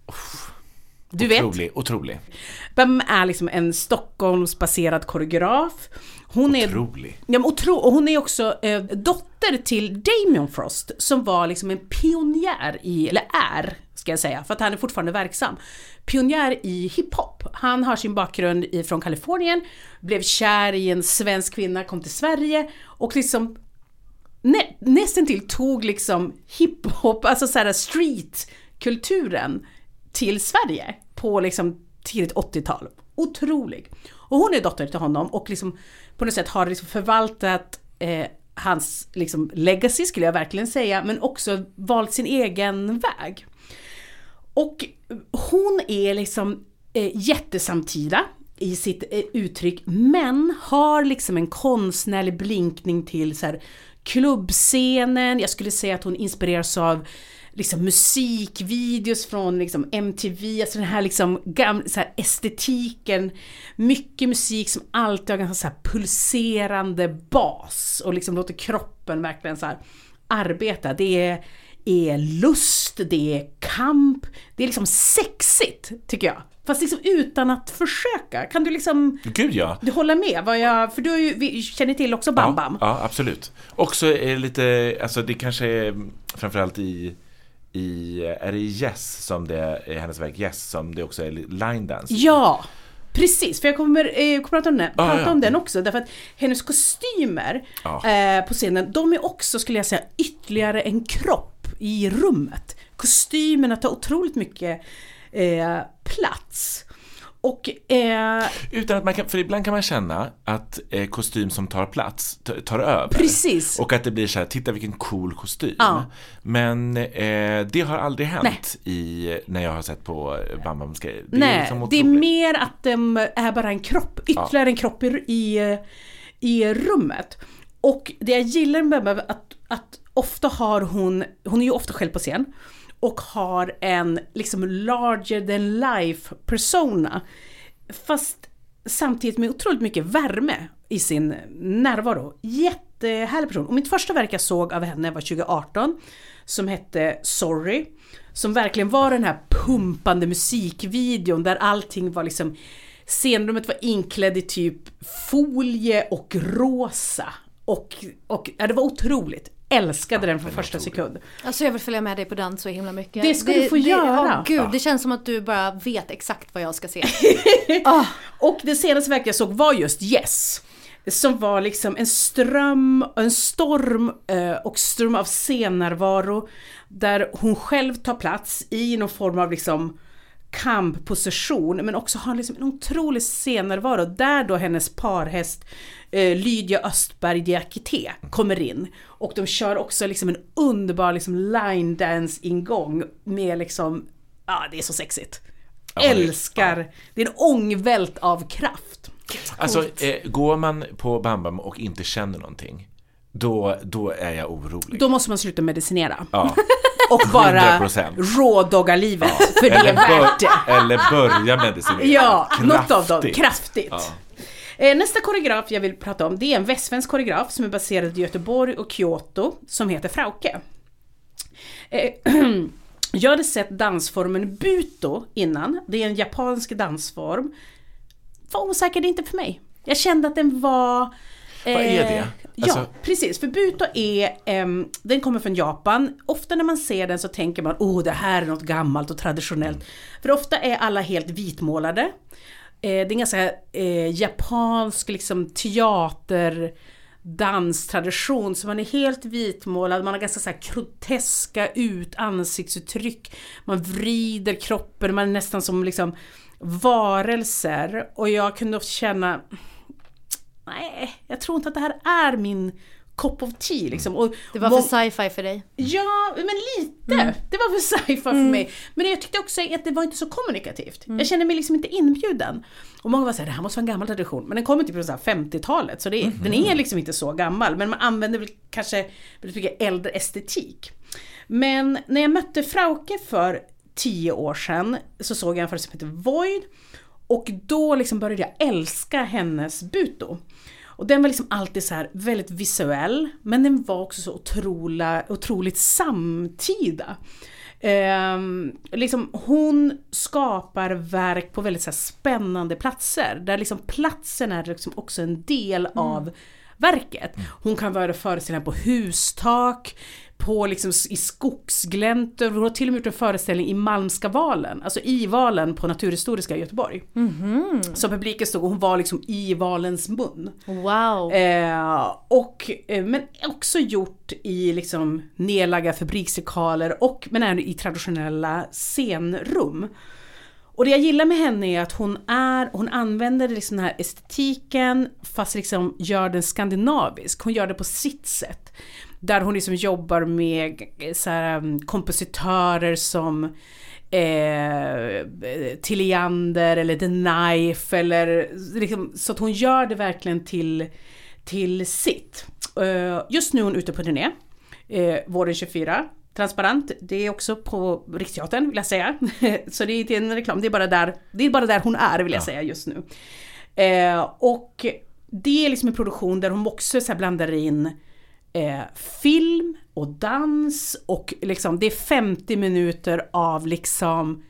Du Otrolig. Bam är liksom en Stockholmsbaserad koreograf. Hon otrolig. Och hon är också dotter till Damien Frost som var liksom en pionjär ska jag säga, för att han är fortfarande verksam. Pionjär i hiphop. Han har sin bakgrund från Kalifornien, blev kär i en svensk kvinna, kom till Sverige och liksom nästan till tog liksom hiphop, alltså så här streetkulturen till Sverige på liksom tidigt 80-tal. Otrolig. Och hon är dotter till honom och liksom på något sätt har liksom förvaltat hans liksom legacy skulle jag verkligen säga, men också valt sin egen väg. Och hon är liksom jättesamtida i sitt uttryck, men har liksom en konstnärlig blinkning till så här klubbscenen. Jag skulle säga att hon inspireras av liksom musikvideos från liksom MTV, alltså den här liksom så här estetiken, mycket musik som alltid har ganska så här pulserande bas och liksom låter kroppen verkligen så här arbeta. Det är lust, det är kamp, det är liksom sexigt tycker jag. Fast liksom utan att försöka. Kan du liksom du hålla med? För vi känner till också Bam Bam. Ja, absolut. Också är lite, alltså det kanske är framförallt är det Yes som det är hennes verk Yes som det också är line dance. Ja, precis. För jag kommer prata om den också. Därför att hennes kostymer på scenen, de är också, skulle jag säga, ytterligare en kropp i rummet. Kostymerna tar otroligt mycket plats. Och utan att man kan, för ibland kan man känna att kostym som tar plats tar över. Precis. Och att det blir så här, titta vilken cool kostym. Men det har aldrig hänt när jag har sett på Bam Bams grejer. Det är mer att de är bara en kropp, ytterligare en kropp i rummet. Och det jag gillar med Bam att ofta har hon är ju ofta själv på scen och har en liksom larger than life persona, fast samtidigt med otroligt mycket värme i sin närvaro. Jättehärlig person. Och mitt första verk jag såg av henne var 2018 som hette Sorry, som verkligen var den här pumpande musikvideon där allting var liksom, scenrummet var inklädd i typ folie och rosa och det var otroligt. Älskade den från första sekund. Alltså jag vill följa med dig på dans så himla mycket. Det ska du få göra. Det känns som att du bara vet exakt vad jag ska se. Och det senaste verket jag såg var just Yes. Som var liksom en storm av scennärvaro där hon själv tar plats i någon form av liksom kampposition, men också har liksom en otrolig scennärvaro där då hennes parhäst Lydia Östberg Diakité kommer in och de kör också liksom en underbar liksom line dance ingång med liksom, det är så sexigt. Älskar. Det är en ångvält av kraft. Alltså går man på Bam Bam och inte känner någonting, då är jag orolig. Då måste man sluta medicinera. och bara 100%. rådogga livet. För det är värt det. Eller börja medicinera. Ja, kraftigt. något av dem. Kraftigt. Ja. Nästa koreograf jag vill prata om, det är en västsvensk koreograf som är baserad i Göteborg och Kyoto, som heter Frauke. Jag hade sett dansformen Buto innan. Det är en japansk dansform. Var osäker, det är inte för mig. Jag kände att den var... Vad är det? Ja, precis. För Buto är... den kommer från Japan. Ofta när man ser den så tänker man, det här är något gammalt och traditionellt. För ofta är alla helt vitmålade. Det är en ganska japansk liksom, danstradition, så man är helt vitmålad, man har ganska så här groteska ansiktsuttryck, man vrider kroppen, man är nästan som liksom varelser, och jag kunde ofta känna, nej, jag tror inte att det här är min cup of tea liksom. Och det var för sci-fi för dig? Ja, men lite. Det var för sci-fi för mig. Men jag tyckte också att det var inte så kommunikativt. Jag kände mig liksom inte inbjuden. Och många var så här, det här måste vara en gammal tradition. Men den kommer typ från 50-talet. Så den är liksom inte så gammal. Men man använder väl kanske väldigt mycket äldre estetik. Men när jag mötte Frauke för 10 år sedan så såg jag en föreställning som heter Void. Och då liksom började jag älska hennes Buto. Och den var liksom alltid så här väldigt visuell, men den var också så otroligt samtida. Liksom hon skapar verk på väldigt så här spännande platser, där liksom platsen är liksom också en del av verket. Hon kan vara föreställningar på hustak, på liksom i skogsgläntor. Hon har till och med gjort en föreställning i Malmska valen, alltså i valen på Naturhistoriska i Göteborg. Så publiken stod och hon var liksom i valens mun. Wow. Men också gjort i liksom nedlagda fabrikslokaler men även i traditionella scenrum. Och det jag gillar med henne är att hon använder liksom den här estetiken, fast liksom gör den skandinavisk. Hon gör det på sitt sätt. Där hon liksom jobbar med så här, kompositörer som Tilliander eller The Knife, eller liksom, så att hon gör det verkligen till sitt. Just nu är hon ute på turné, våren 24. Transparent, det är också på Riksteatern vill jag säga. Så det är inte en reklam, det är bara där hon är vill jag säga just nu. Och det är liksom en produktion där hon också så här blandar in film och dans, och liksom det är 50 minuter av liksom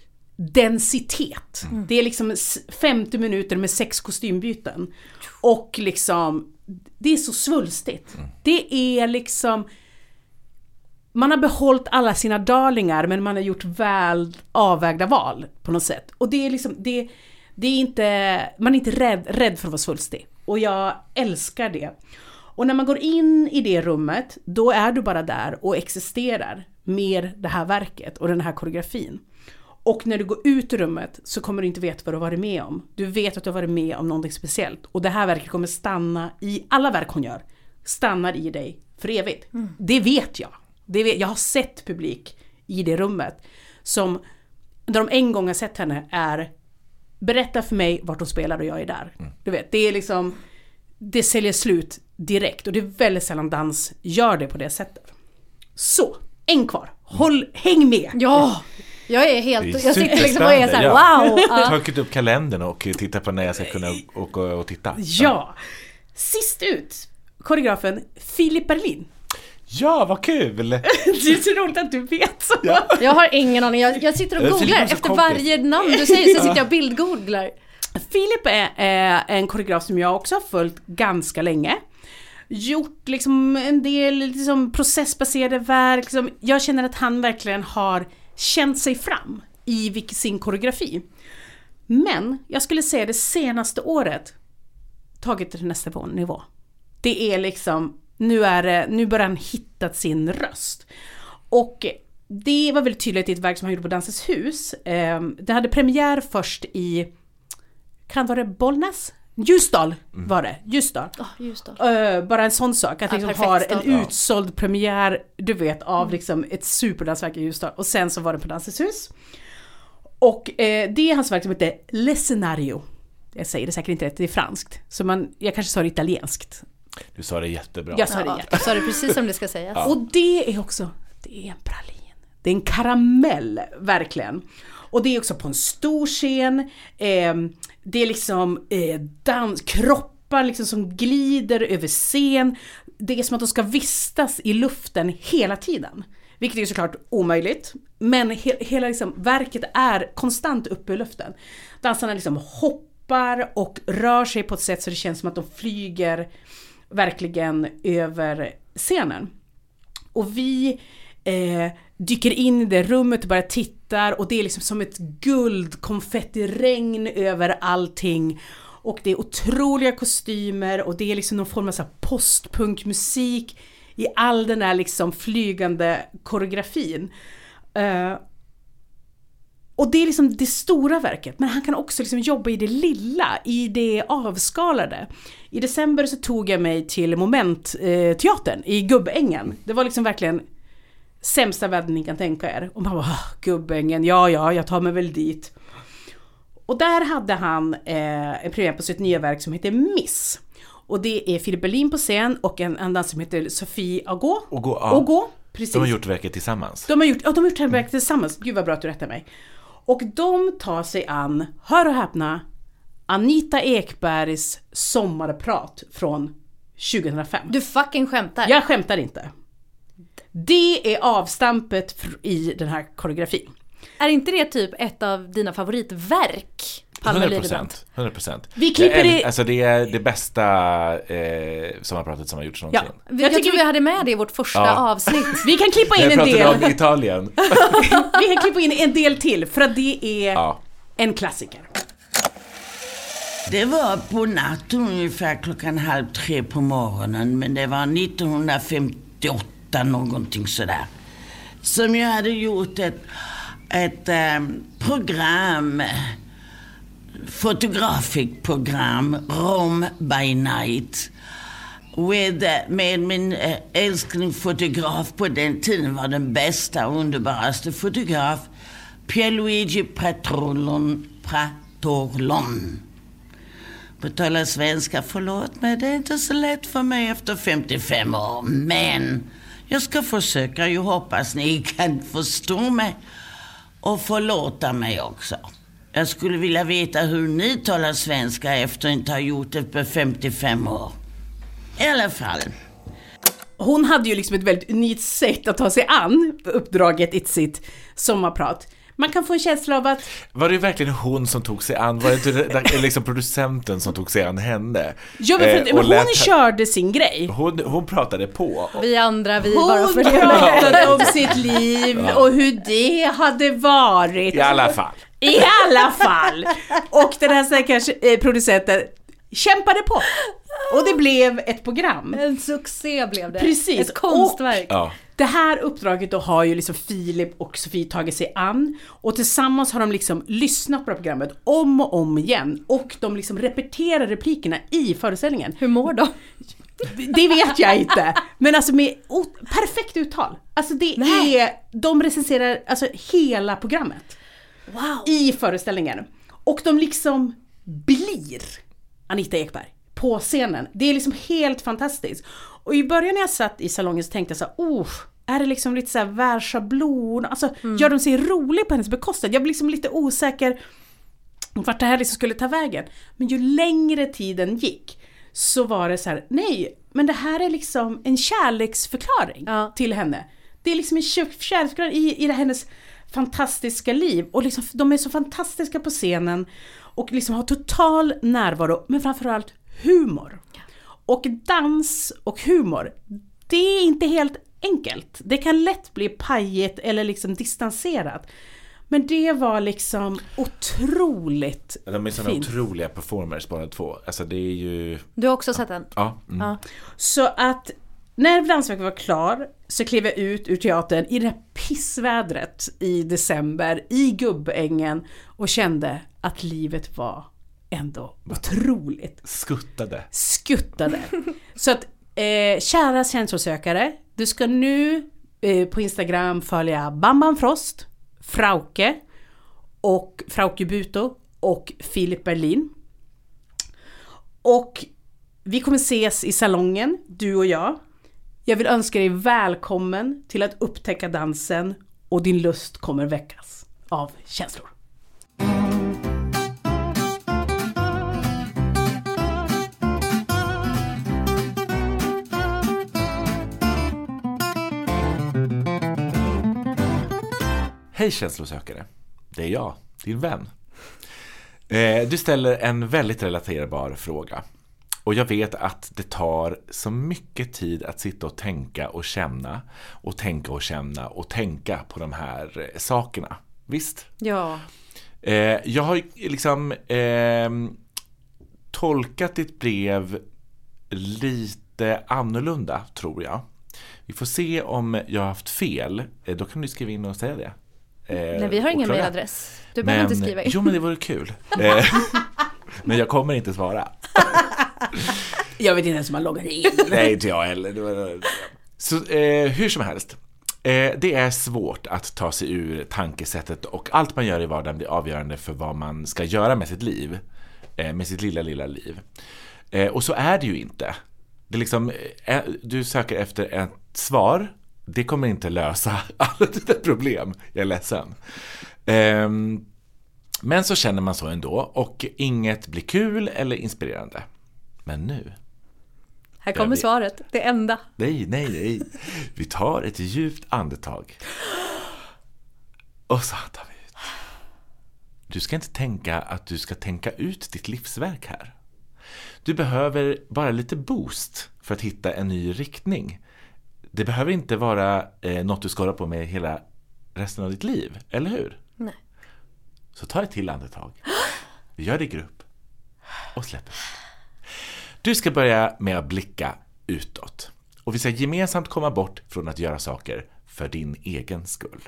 densitet. Det är liksom 50 minuter med 6 kostymbyten, och liksom det är så svulstigt. Det är liksom, man har behållit alla sina darlingar, men man har gjort väl avvägda val på något sätt. Och det är liksom det är inte, man är inte rädd för att vara svulstig, och jag älskar det. Och när man går in i det rummet, då är du bara där och existerar med det här verket och den här koreografin. Och när du går ut ur rummet så kommer du inte veta vad du har varit med om. Du vet att du har varit med om någonting speciellt. Och det här verket kommer stanna i, alla verk hon gör, stannar i dig för evigt. Det vet jag. Jag har sett publik i det rummet som, när de en gång har sett henne, är berätta för mig vart hon spelar och jag är där. Du vet, det är liksom, det säljer slut direkt, och det är väldigt sällan dans gör det på det sättet. Så, en kvar. Häng med! Ja, jag är helt, jag sitter liksom och är så här, wow! Jag har tagit upp kalendern och tittat på när jag ska kunna åka och titta. Ja. Sist ut, koreografen Filip Berlin. Ja, vad kul! Det är så roligt att du vet så. Ja. Jag har ingen aning, jag sitter och googlar efter varje namn du säger, så sitter jag bildgooglar. Filip är en koreograf som jag också har följt ganska länge. Gjort liksom en del liksom processbaserade verk. Liksom, jag känner att han verkligen har känt sig fram i sin koreografi. Men jag skulle säga det senaste året tagit det till nästa nivå. Det är liksom, nu börjar han hitta sin röst. Och det var väldigt tydligt i ett verk som han gjorde på Dansens hus. Det hade premiär först i, kan vara det Bollnäs? Ljusdal var det. Ljusdal. Bara en sån sak. Att liksom har en utsåld premiär, du vet, av liksom ett superdansverk i Ljusdal. Och sen så var det på Dansens hus. Och det är hans verk som heter L'escenario. Jag säger det säkert inte rätt, det är franskt. Så jag kanske sa det italienskt. Du sa det jättebra. Jag sa det jättebra. Du sa det precis som det ska sägas. Och det är också, det är en pralin. Det är en karamell, verkligen. Och det är också på en stor scen. Det är liksom kroppar liksom som glider över scen. Det är som att de ska vistas i luften hela tiden. Vilket är såklart omöjligt. Men hela liksom, verket är konstant uppe i luften. Dansarna liksom hoppar och rör sig på ett sätt så det känns som att de flyger verkligen över scenen. Och vi dyker in i det rummet och bara tittar. Och det är liksom som ett guldkonfettiregn över allting. Och det är otroliga kostymer. Och det är liksom någon form av så här postpunkmusik i all den här liksom flygande koreografin. Och det är liksom det stora verket. Men han kan också liksom jobba i det lilla, i det avskalade. I december så tog jag mig till Momentteatern i Gubbängen. Det var liksom verkligen sämsta världen ni kan tänka er. Och man bara, Gubbängen, ja, jag tar mig väl dit. Och där hade han en premiär på sitt nya verk som heter Miss. Och det är Philippe Berlin på scen och en dansare som heter Sophie Ago. Precis. De har gjort verket tillsammans. De har gjort verket tillsammans. Gud vad bra att du rättar mig. Och de tar sig an, hör och häpna, Anita Ekbergs sommarprat från 2005. Du fucking skämtar. Jag skämtar inte. Det är avstampet i den här koreografin. Är inte det typ ett av dina favoritverk? 100%. Vi klipper det. Alltså det är det bästa sommarpratet som har gjorts någonsin. Ja, jag tycker vi hade med det i vårt första avsnitt. Vi kan klippa in en del. Jag pratade om Italien. Vi kan klippa in en del till för att det är en klassiker. Det var på natten ungefär 2:30 på morgonen, men det var 1958 någonting sådär. Som jag hade gjort ett program, fotografikprogram, Rom by Night, med min älskling fotograf på den tiden var den bästa och underbaraste fotograf, Pierluigi Pratorlon. På tala svenska, förlåt mig, det är inte så lätt för mig efter 55 år, men jag ska försöka, jag hoppas ni kan förstå mig och förlåta mig också. Jag skulle vilja veta hur ni talar svenska efter att inte ha gjort det på 55 år. I alla fall. Hon hade ju liksom ett väldigt unikt sätt att ta sig an uppdraget i sitt sommarprat. Man kan få en känsla av att... Var det verkligen hon som tog sig an? Var det inte liksom producenten som tog sig an henne? Ja, men hon körde sin grej. Hon pratade på. Vi andra, hon bara pratade om sitt liv och hur det hade varit. I alla fall. Och den här stackars producenten kämpade på. Och det blev ett program. En succé blev det. Precis. Ett konstverk. Och det här uppdraget då har ju liksom Filip och Sofie tagit sig an. Och tillsammans har de liksom lyssnat på programmet om och om igen. Och de liksom repeterar replikerna i föreställningen. Hur mår de? Det vet jag inte. Men alltså med perfekt uttal. Alltså de recenserar alltså hela programmet. Wow. I föreställningen. Och de liksom blir Anita Ekberg på scenen. Det är liksom helt fantastiskt. Och i början när jag satt i salongen så tänkte jag så här, är det liksom lite så här världschablon? Alltså, gör de sig rolig på hennes bekostnad? Jag blir liksom lite osäker vart det här liksom skulle ta vägen. Men ju längre tiden gick så var det så här, nej, men det här är liksom en kärleksförklaring till henne. Det är liksom en kärleksförklaring i hennes fantastiska liv. Och liksom, de är så fantastiska på scenen och liksom har total närvaro, men framförallt humor. Och dans och humor, det är inte helt enkelt. Det kan lätt bli pajigt eller liksom distanserat. Men det var liksom otroligt fint. De är sådana otroliga performers båda två. Alltså det är ju... Du har också sett den? Ja. Ja. Så att när dansverket var klar så klev jag ut ur teatern i det här pissvädret i december i Gubbängen och kände att livet var ändå otroligt. Skuttade. Så att kära känslosökare, du ska nu på Instagram följa Bam Frost, Frauke och Frauke Buto och Philippe Berlin. Och vi kommer ses i salongen, du och jag. Jag vill önska dig välkommen till att upptäcka dansen och din lust kommer väckas av känslor. Hej känslosökare, det är jag, din vän. Du ställer en väldigt relaterbar fråga. Och jag vet att det tar så mycket tid att sitta och tänka och känna. Och tänka och känna och tänka på de här sakerna. Visst? Ja. Jag har liksom tolkat ditt brev lite annorlunda, tror jag. Vi får se om jag har haft fel. Då kan du skriva in och säga det. Nej, vi har ingen mejladress. Du behöver inte skriva in. Jo, men det vore kul. Men jag kommer inte svara. Jag vet inte ens om man loggar in. Nej, inte jag heller. Så hur som helst. Det är svårt att ta sig ur tankesättet och allt man gör i vardagen blir avgörande för vad man ska göra med sitt liv. Med sitt lilla liv. Och så är det ju inte. Det är liksom, du söker efter ett svar. Det kommer inte lösa alla dina problem. Jag är ledsen. Men så känner man så ändå. Och inget blir kul eller inspirerande. Men nu. Här kommer svaret. Det enda. Nej. Vi tar ett djupt andetag. Och så tar vi ut. Du ska inte tänka att du ska tänka ut ditt livsverk här. Du behöver bara lite boost för att hitta en ny riktning. Det behöver inte vara något du ska hålla på med hela resten av ditt liv, eller hur? Nej. Så ta ett till andetag. Vi gör det i grupp. Och släpper. Du ska börja med att blicka utåt. Och vi ska gemensamt komma bort från att göra saker för din egen skull.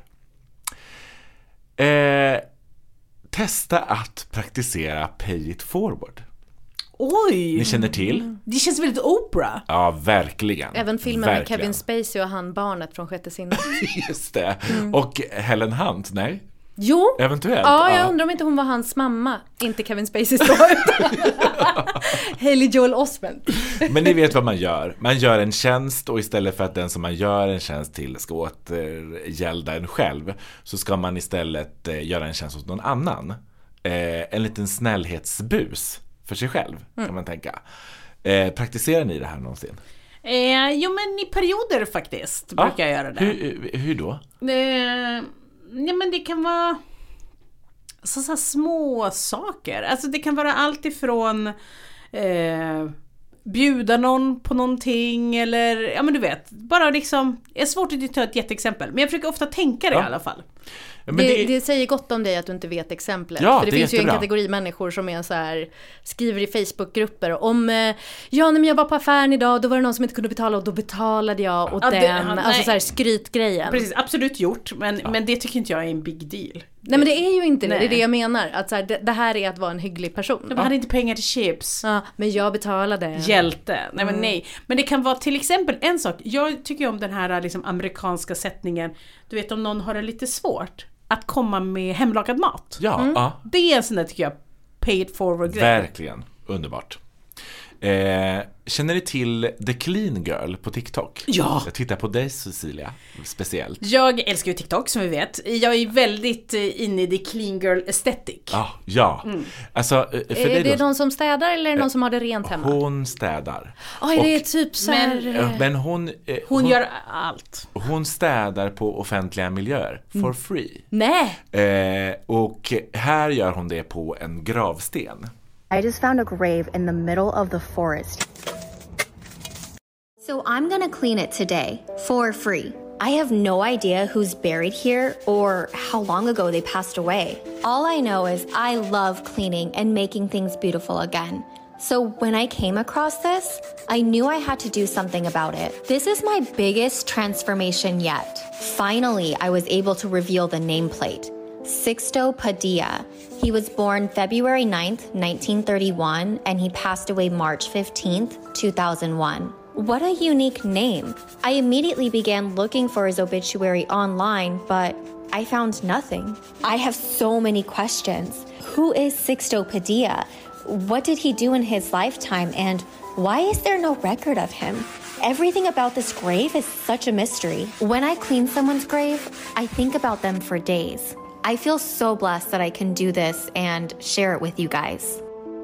Testa att praktisera pay it forward. Oj! Ni känner till? Det känns väldigt Oprah. Ja, verkligen. Även filmen med Kevin Spacey och han barnet från Sjätte sinnet. Just det. Och Helen Hunt, nej? Jo. Eventuellt. Ja, jag undrar om inte hon var hans mamma. Inte Kevin Spacey då. Haley Joel Osment. Men ni vet vad man gör. Man gör en tjänst och istället för att den som man gör en tjänst till ska återgälda en själv, så ska man istället göra en tjänst hos någon annan. En liten snällhetsbus för sig själv, kan man tänka. Praktiserar ni det här någonsin? Jo, men i perioder faktiskt brukar jag göra det. Hur då? Nej, men det kan vara så små saker. Alltså det kan vara allt ifrån bjuda någon på någonting eller, ja men du vet, bara liksom, det är svårt att ta ett jätteexempel, men jag försöker ofta tänka det i alla fall. Men det säger gott om dig att du inte vet exemplet. Ja, för det finns jättebra. Ju en kategori människor som är så här, skriver i Facebookgrupper om men jag var på affären idag, då var det någon som inte kunde betala och då betalade jag åt den. Alltså så här skrytgrejen. Precis, absolut gjort, men det tycker inte jag är en big deal. Nej, men det är ju inte det. Det är det jag menar. Att så här, det här är att vara en hygglig person. Jag hade inte pengar till chips. Ja, men jag betalade. Hjälte. Nej, men nej. Men det kan vara till exempel en sak. Jag tycker om den här liksom amerikanska sättningen. Du vet, om någon har det lite svårt att komma med hemlagad mat. Ja. Det är en sån där, tycker jag, pay it forward grej. Verkligen. Underbart. Känner ni till The Clean Girl på TikTok? Ja. Jag tittar på dig, Cecilia, speciellt. Jag älskar ju TikTok, som vi vet. Jag är väldigt inne i the clean girl aesthetic. Ja. Alltså, för är det någon som städar eller är det någon som har det rent hemma? Hon städar. Är det typ så här... Men hon gör allt. Hon städar på offentliga miljöer for free. Nej. Och här gör hon det på en gravsten. I just found a grave in the middle of the forest. So I'm gonna clean it today, for free. I have no idea who's buried here or how long ago they passed away. All I know is I love cleaning and making things beautiful again. So when I came across this, I knew I had to do something about it. This is my biggest transformation yet. Finally, I was able to reveal the nameplate. Sixto Padilla. He was born February 9th, 1931, and he passed away March 15th, 2001. What a unique name. I immediately began looking for his obituary online, but I found nothing. I have so many questions. Who is Sixto Padilla? What did he do in his lifetime, and why is there no record of him? Everything about this grave is such a mystery. When I clean someone's grave, I think about them for days. I feel so blessed that I can do this and share it with you guys.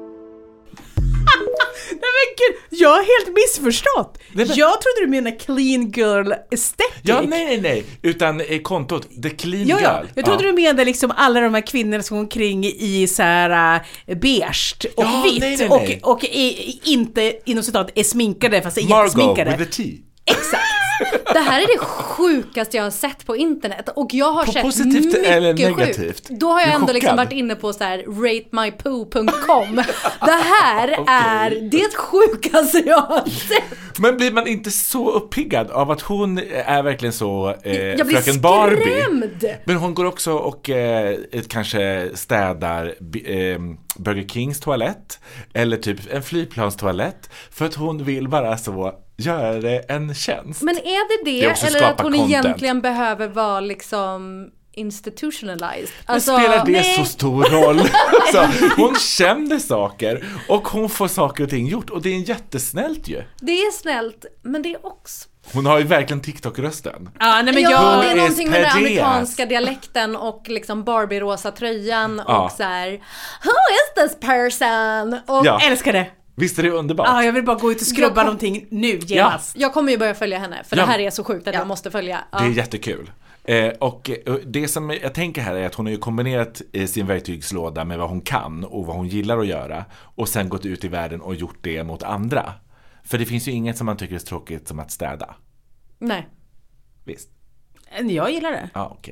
Nej men gud, jag har helt missförstått. Jag trodde du menade clean girl aesthetic. Ja, nej. Utan kontot, the clean girl. Jag trodde du menade liksom alla de här kvinnorna som går omkring i så här beige och vitt. Nej. Och inte inom citat är sminkade fast är jättesminkade. Margot with a T. Exakt. Det här är det sjukaste jag har sett på internet. Och jag har sett positivt mycket eller negativt? sjukt. Då har jag ändå liksom varit inne på så här ratemypoo.com. Det här är det sjukaste jag har sett. Men blir man inte så uppiggad av att hon är verkligen så jag blir fröken Barbie? skrämd. Men hon går också och kanske städar Burger Kings toalett eller typ en flygplanstoalett för att hon vill bara så göra det en tjänst. Men är det eller att hon egentligen behöver vara liksom institutionalized? Alltså, spelar det så stor roll? Alltså, hon känner saker och hon får saker och ting gjort och det är jättesnällt ju. Det är snällt, men det är också... Hon har ju verkligen TikTok-rösten. Ja, nej, men det är någonting med den Pedias. amerikanska dialekten och liksom Barbie-rosa tröjan och så här, who is this person? Och älskar det. Visst är det underbart? Ja, jag vill bara gå ut och skrubba någonting nu genast. Jag kommer ju börja följa henne, för det här är så sjukt att jag måste följa. Det är jättekul. Och det som jag tänker här är att hon har ju kombinerat sin verktygslåda med vad hon kan och vad hon gillar att göra och sen gått ut i världen och gjort det mot andra. För det finns ju inget som man tycker är tråkigt som att städa. Nej. Visst. Jag gillar det. Ja, okej.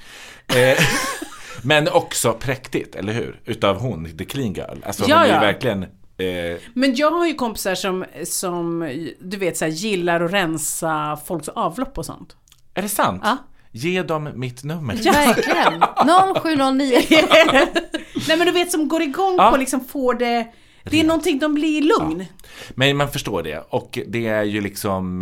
Men också präktigt, eller hur? Utav hon, the clean girl. Alltså hon är ju verkligen... Men jag har ju kompisar som du vet så här, gillar att rensa folks avlopp och sånt. Är det sant? Ja. Ge dem mitt nummer. Ja, verkligen. 0709. Nej, men du vet som går igång på liksom får det... Det är någonting de blir lugn. Ja. Men man förstår det. Och det är ju liksom...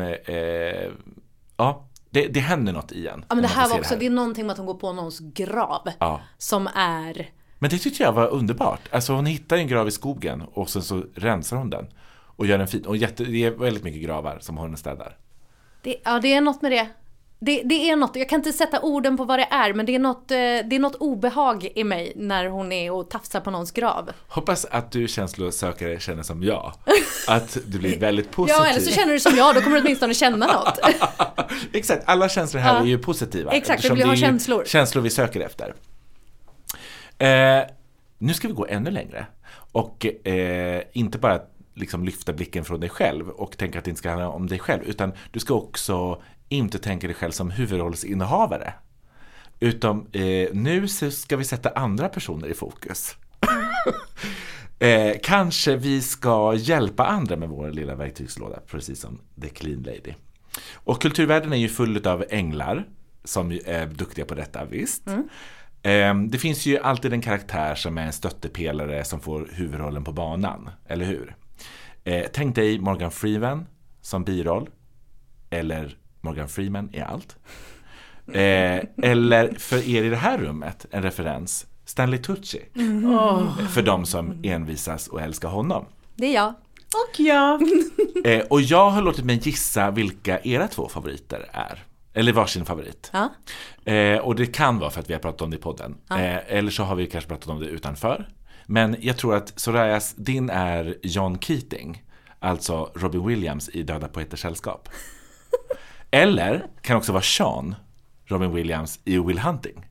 det händer något igen. Ja, men det här var också... Det är någonting med att hon går på någons grav. Ja. Som är... Men det tyckte jag var underbart. Alltså hon hittar en grav i skogen och sen så rensar hon den. Och gör den fin. Och det är väldigt mycket gravar som hon städar. Det är något med det. Det är något, jag kan inte sätta orden på vad det är, men det är något obehag i mig när hon är och tafsar på någons grav. Hoppas att du känslosökare känner som jag. Att du blir väldigt positiv. Ja, eller så känner du som jag, då kommer du åtminstone känna något. Exakt, alla känslor här är ju positiva. Exakt, vi vill ha känslor. Känslor vi söker efter. Nu ska vi gå ännu längre. Och inte bara liksom lyfta blicken från dig själv och tänka att det inte ska handla om dig själv, utan du ska också inte tänka dig själv som huvudrollsinnehavare. Utan nu så ska vi sätta andra personer i fokus. Kanske vi ska hjälpa andra med vår lilla verktygslåda, precis som The Clean Lady. Och kulturvärlden är ju full av änglar som är duktiga på detta, visst. Det finns ju alltid en karaktär som är en stöttepelare som får huvudrollen på banan, eller hur? Tänk dig Morgan Freeman som biroll, eller Morgan Freeman är allt. Eller för er i det här rummet en referens, Stanley Tucci. För de som envisas och älskar honom. Det är jag. Och jag. Och jag har låtit mig gissa vilka era två favoriter är. Eller varsin favorit. Och det kan vara för att vi har pratat om det i podden. Eller så har vi kanske pratat om det utanför. Men jag tror att Sorayas, din är John Keating. Alltså Robin Williams i Döda poeters sällskap. Eller kan också vara Sean, Robin Williams i Will Hunting.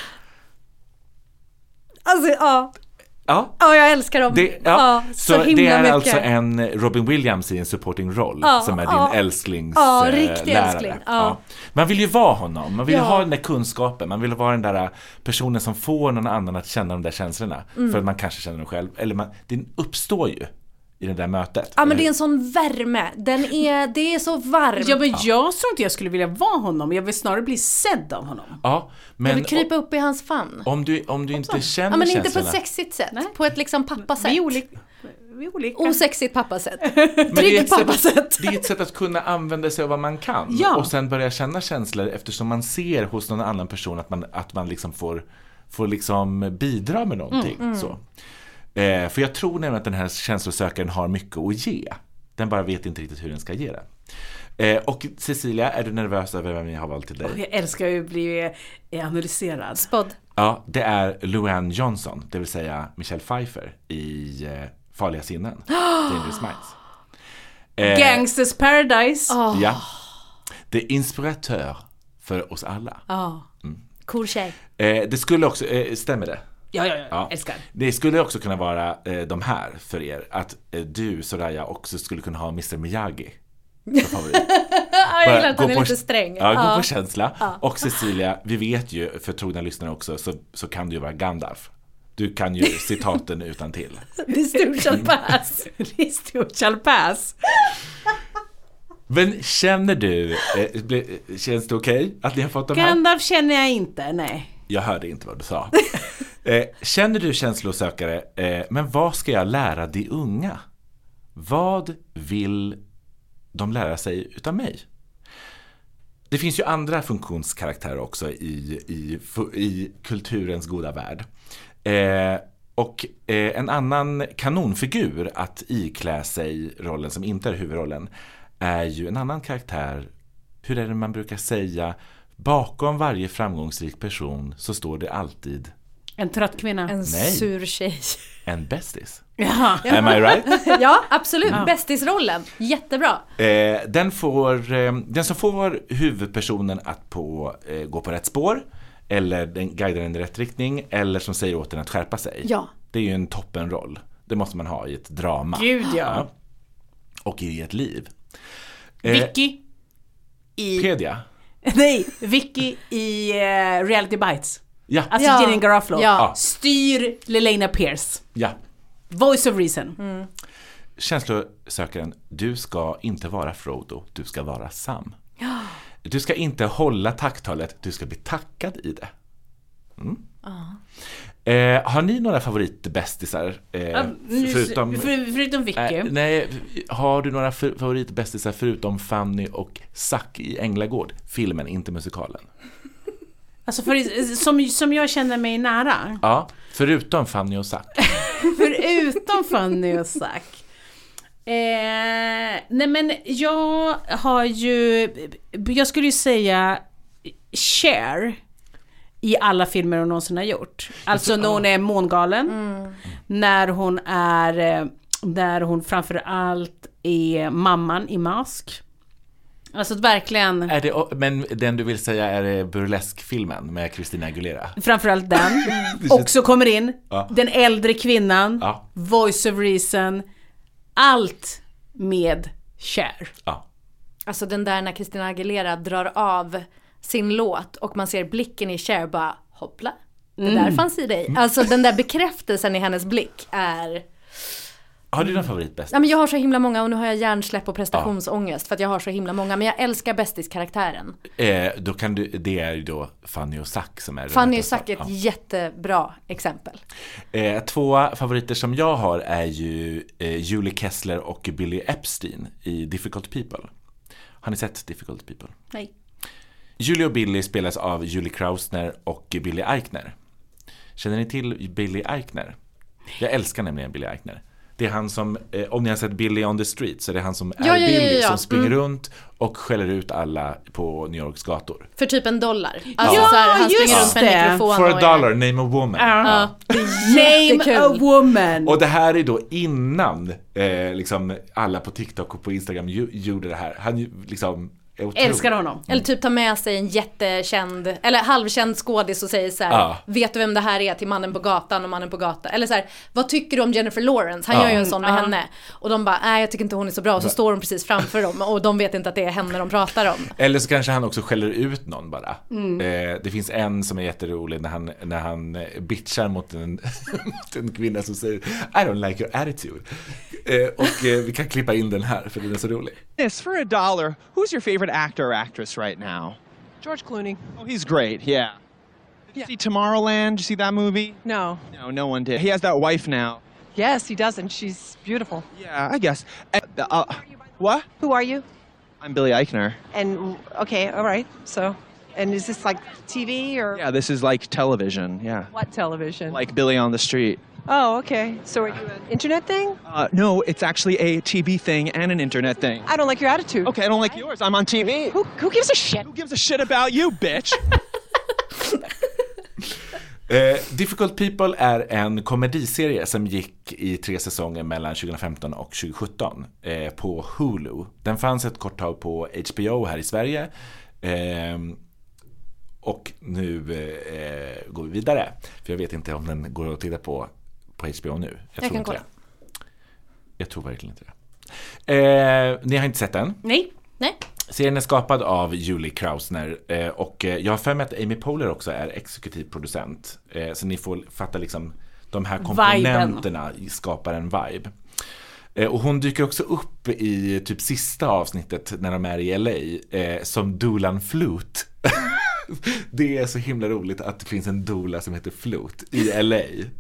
Alltså, Ja, jag älskar dem. Så himla det är mycket. alltså en Robin Williams i en supporting roll som är din älsklings riktig lärare. älskling. Man vill ju vara honom. Man vill ha den där kunskapen. Man vill vara den där personen som får någon annan att känna de där känslorna. För att man kanske känner dem själv. Eller det uppstår ju i det där mötet. Ja, men det är en sån värme. Det är så varmt. Ja, men jag tror inte jag skulle vilja vara honom. Jag vill snarare bli sedd av honom. Ja, men jag vill krypa upp i hans famn. Om du inte känner men känslorna. inte på ett sexigt sätt. Nej. På ett liksom pappasätt. Vi är olika. Osexigt pappasätt. Tryggt pappasätt. Det är ett sätt att kunna använda sig av vad man kan. Ja. Och sen börja känna känslor eftersom man ser hos någon annan person att man liksom får liksom bidra med någonting. Så. För jag tror nämligen att den här känslosökaren har mycket att ge. Den bara vet inte riktigt hur den ska ge det. Och Cecilia, är du nervös över vem jag har valt till dig? Jag älskar ju att bli analyserad. Spådd. Ja, det är Luann Johnson, det vill säga Michelle Pfeiffer i Farliga sinnen. Dangerous Minds. Gangsters Paradise. Ja. Det är inspiratör för oss alla. Cool tjej. Det skulle också, stämmer det? Ja, älskar. Det skulle också kunna vara de här för er. Att du, Soraya, också skulle kunna ha Mr. Miyagi som favorit. Jag gillar att han är lite sträng. Ja, gå på känsla. Och Cecilia, vi vet ju, för trogna lyssnare också, så kan du ju vara Gandalf. Du kan ju citaten utan till. This too shall pass. This too shall pass. Men känner du, känns det okej att ni har fått de här? Gandalf känner jag inte, nej. Jag hörde inte vad du sa. Känner du känslosökare, men vad ska jag lära de unga? Vad vill de lära sig utav mig? Det finns ju andra funktionskaraktärer också i kulturens goda värld. Och en annan kanonfigur att iklä sig rollen som inte är huvudrollen är ju en annan karaktär. Hur är det man brukar säga? Bakom varje framgångsrik person så står det alltid en trött kvinna. En sur tjej. En bästis. Ja. Am I right? Ja, absolut. Bästisrollen. Jättebra. Den som får huvudpersonen att gå på rätt spår, eller den guidar den i rätt riktning, eller som säger åt den att skärpa sig. Ja. Det är ju en toppenroll. Det måste man ha i ett drama. Gud, ja. Och i ett liv. Vicky i... Pedia. Nej, Vicky i Reality Bites. Ja. Alltså Janine Garofalo. Ja. Styr Lelena Pierce. Ja. Voice of Reason. Känslosökaren, du ska inte vara Frodo, du ska vara Sam. Du ska inte hålla tacktalet, du ska bli tackad i det. Har ni några favoritbästisar? Förutom Vicky. Nej, har du några favoritbästisar förutom Fanny och Zack i Änglagård? Filmen, inte musikalen. Alltså som jag känner mig nära. Ja, förutom Fanny och Zack. Förutom Fanny och Zack. Nej men jag skulle ju säga Cher i alla filmer hon någonsin har gjort. Alltså när hon är mångalen, när hon framförallt är mamman i Mask. Alltså verkligen. Men den du vill säga är burleskfilmen med Christina Aguilera. Framförallt den. Också kommer in den äldre kvinnan, Voice of Reason, allt med Cher. Ja. Alltså den där när Christina Aguilera drar av sin låt och man ser blicken i Cher bara hoppla. Det där fanns i dig. Alltså den där bekräftelsen i hennes blick är... Har du någon favorit bäst? Ja, men jag har så himla många och nu har jag hjärnsläpp och prestationsångest för att jag har så himla många, men jag älskar bästiskaraktären. Då kan det är ju då Fanny och Zack som är... Fanny och Zack är ett jättebra exempel. 2 favoriter som jag har är ju Julie Kessler och Billy Epstein i Difficult People. Har ni sett Difficult People? Nej. Julie och Billy spelas av Julie Krausner och Billy Eichner. Känner ni till Billy Eichner? Jag älskar nämligen Billy Eichner. Det är han som, om ni har sett Billy on the Street, så är det han som är Billy som springer runt och skäller ut alla på New Yorks gator. För typ $1. Alltså så här, han springer runt med en mikrofon. For $1, name a woman. Name a woman. Och det här är då innan liksom alla på TikTok och på Instagram gjorde det här. Han liksom... Älskar honom. Eller typ ta med sig en jättekänd eller halvkänd skådis och säger så här: vet du vem det här är, till mannen på gatan och mannen på gatan. Eller så här, vad tycker du om Jennifer Lawrence? Han gör ju en sån med henne. Och de bara, nej jag tycker inte hon är så bra. Och så står de precis framför dem och de vet inte att det är henne de pratar om. Eller så kanske han också skäller ut någon bara. Det finns en som är jätterolig när han bitchar mot en kvinna som säger I don't like your attitude. Och vi kan klippa in den här för den är så rolig. Yes, for $1, who's your favorite actor or actress right now? George Clooney. Oh, he's great, yeah. Did you see Tomorrowland? Did you see that movie? No. No one did. He has that wife now. Yes, he does, and she's beautiful. Yeah, I guess. What? Who are you? I'm Billy Eichner. And, okay, all right, so... And is this like TV or... Yeah, this is like television, yeah. What television? Like Billy on the Street. Oh, okay. So are you an internet thing? No, it's actually a TV thing and an internet thing. I don't like your attitude. Okay, I don't like yours. I'm on TV. Who gives a shit? Who gives a shit about you, bitch? Difficult People är en komediserie som gick i 3 säsonger mellan 2015 och 2017 på Hulu. Den fanns ett kort tag på HBO här i Sverige. Och nu går vi vidare. För jag vet inte om den går att titta på HBO nu. Jag tror inte det. Jag tror verkligen inte det. Ni har inte sett den? Nej. Serien är skapad av Julie Krausner och jag har för mig att Amy Poehler också är exekutiv producent. Så ni får fatta liksom de här komponenterna skapar en vibe. Och hon dyker också upp i typ sista avsnittet när de är i LA som Dulan Flute. Det är så himla roligt att det finns en doula som heter Flute i LA.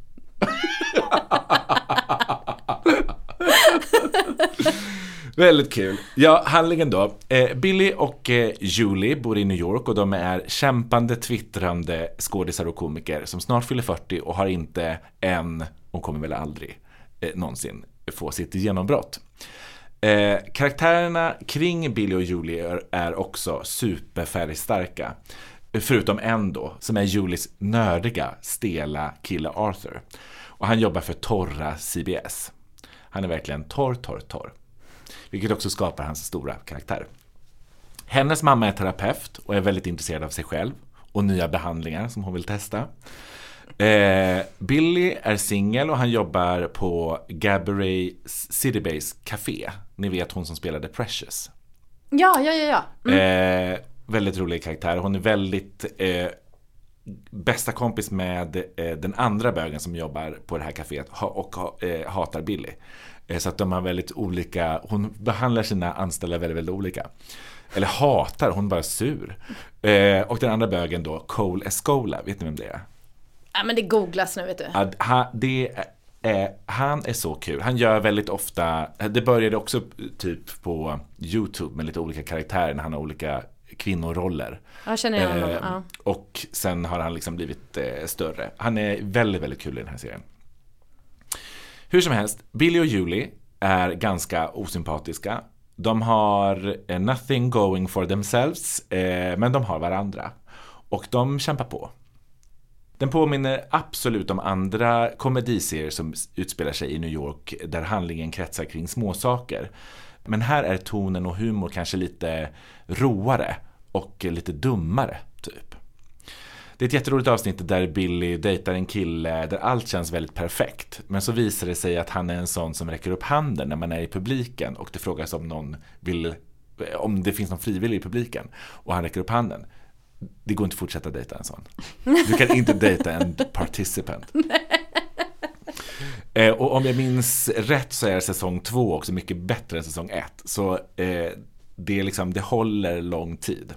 Väldigt kul. Ja, handlingen då. Billy och Julie bor i New York och de är kämpande, twittrande skådisar och komiker som snart fyller 40 och har inte än, och kommer väl aldrig någonsin få sitt genombrott. Karaktärerna kring Billy och Julie är också superfärgstarka. Förutom en då, som är Julies nördiga, stela kille Arthur. Och han jobbar för torra CBS. Han är verkligen torr. Vilket också skapar hans stora karaktär. Hennes mamma är terapeut och är väldigt intresserad av sig själv och nya behandlingar som hon vill testa. Billy är singel och han jobbar på Gabourey City Base Café. Ni vet hon som spelade Precious. Ja. Väldigt rolig karaktär. Hon är väldigt bästa kompis med den andra bögen som jobbar på det här kaféet och hatar Billy. Så att de har väldigt olika. Hon behandlar sina anställda väldigt, väldigt olika. Eller hatar, hon bara sur. Och den andra bögen då, Cole Escola, vet ni vem det är? Ja, men det googlas nu, vet du. Han är så kul. Han gör väldigt ofta, det började också typ på YouTube med lite olika karaktärer när han har olika kvinnoroller. Jag känner igen honom, ja. Och sen har han liksom blivit större. Han är väldigt, väldigt kul i den här serien. Hur som helst, Billy och Julie är ganska osympatiska. De har nothing going for themselves, men de har varandra. Och de kämpar på. Den påminner absolut om andra komediserier som utspelar sig i New York där handlingen kretsar kring småsaker. Men här är tonen och humor kanske lite roare och lite dummare typ. Det är ett jätteroligt avsnitt där Billy dejtar en kille där allt känns väldigt perfekt. Men så visar det sig att han är en sån som räcker upp handen när man är i publiken och det frågas om det finns någon frivillig i publiken och han räcker upp handen. Det går inte att fortsätta dejta en sån. Du kan inte dejta en participant. Och om jag minns rätt så är säsong 2 också mycket bättre än säsong 1. Så det håller lång tid.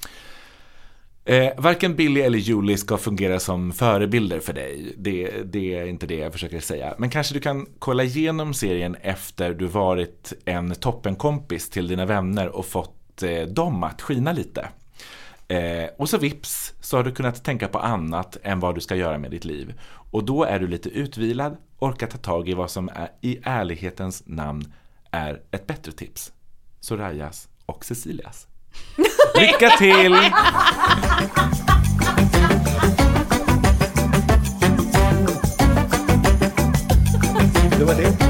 Varken Billy eller Julie ska fungera som förebilder för dig. Det är inte det jag försöker säga. Men kanske du kan kolla igenom serien efter du varit en toppenkompis till dina vänner och fått dem att skina lite. Och så vips så har du kunnat tänka på annat än vad du ska göra med ditt liv. Och då är du lite utvilad, orkar ta tag i vad som är, i ärlighetens namn är ett bättre tips. Sorajas och Cecilias. Lycka till! Det var det.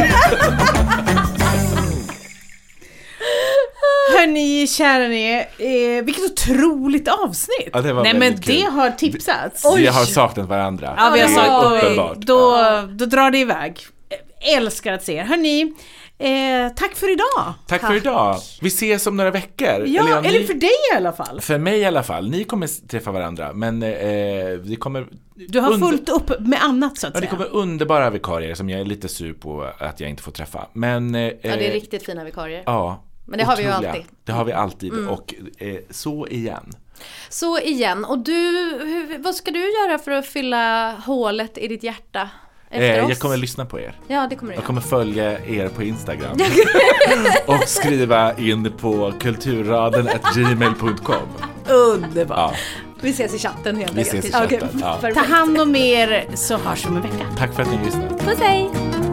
Hörni, kära ni, vilket otroligt avsnitt. Ja, det var nej, men kul. Det har tipsats. Vi har saknat varandra. Ja, vi har saknat. Då drar det iväg. Älskar att se er. Hörni, tack för idag. Tack för idag. Vi ses om några veckor. Ja, eller för dig i alla fall. För mig i alla fall. Ni kommer träffa varandra, men vi kommer... Du har fullt upp med annat så att säga. Det kommer underbara vikarier som jag är lite sur på att jag inte får träffa. Men, ja, det är riktigt fina vikarier. Ja. Men det har vi ju alltid. Det har vi alltid. Och så igen. Så igen. Och vad ska du göra för att fylla hålet i ditt hjärta efter oss? Jag kommer lyssna på er. Ja, det kommer du. Jag kommer följa er på Instagram. Och skriva in på kulturraden@gmail.com. Underbart. Ja, Vi ses i chatten helt vi ses i enkelt. chatten. Ja. Ta hand om er så hörs vi om en vecka. Tack för att ni lyssnade. Puss hej!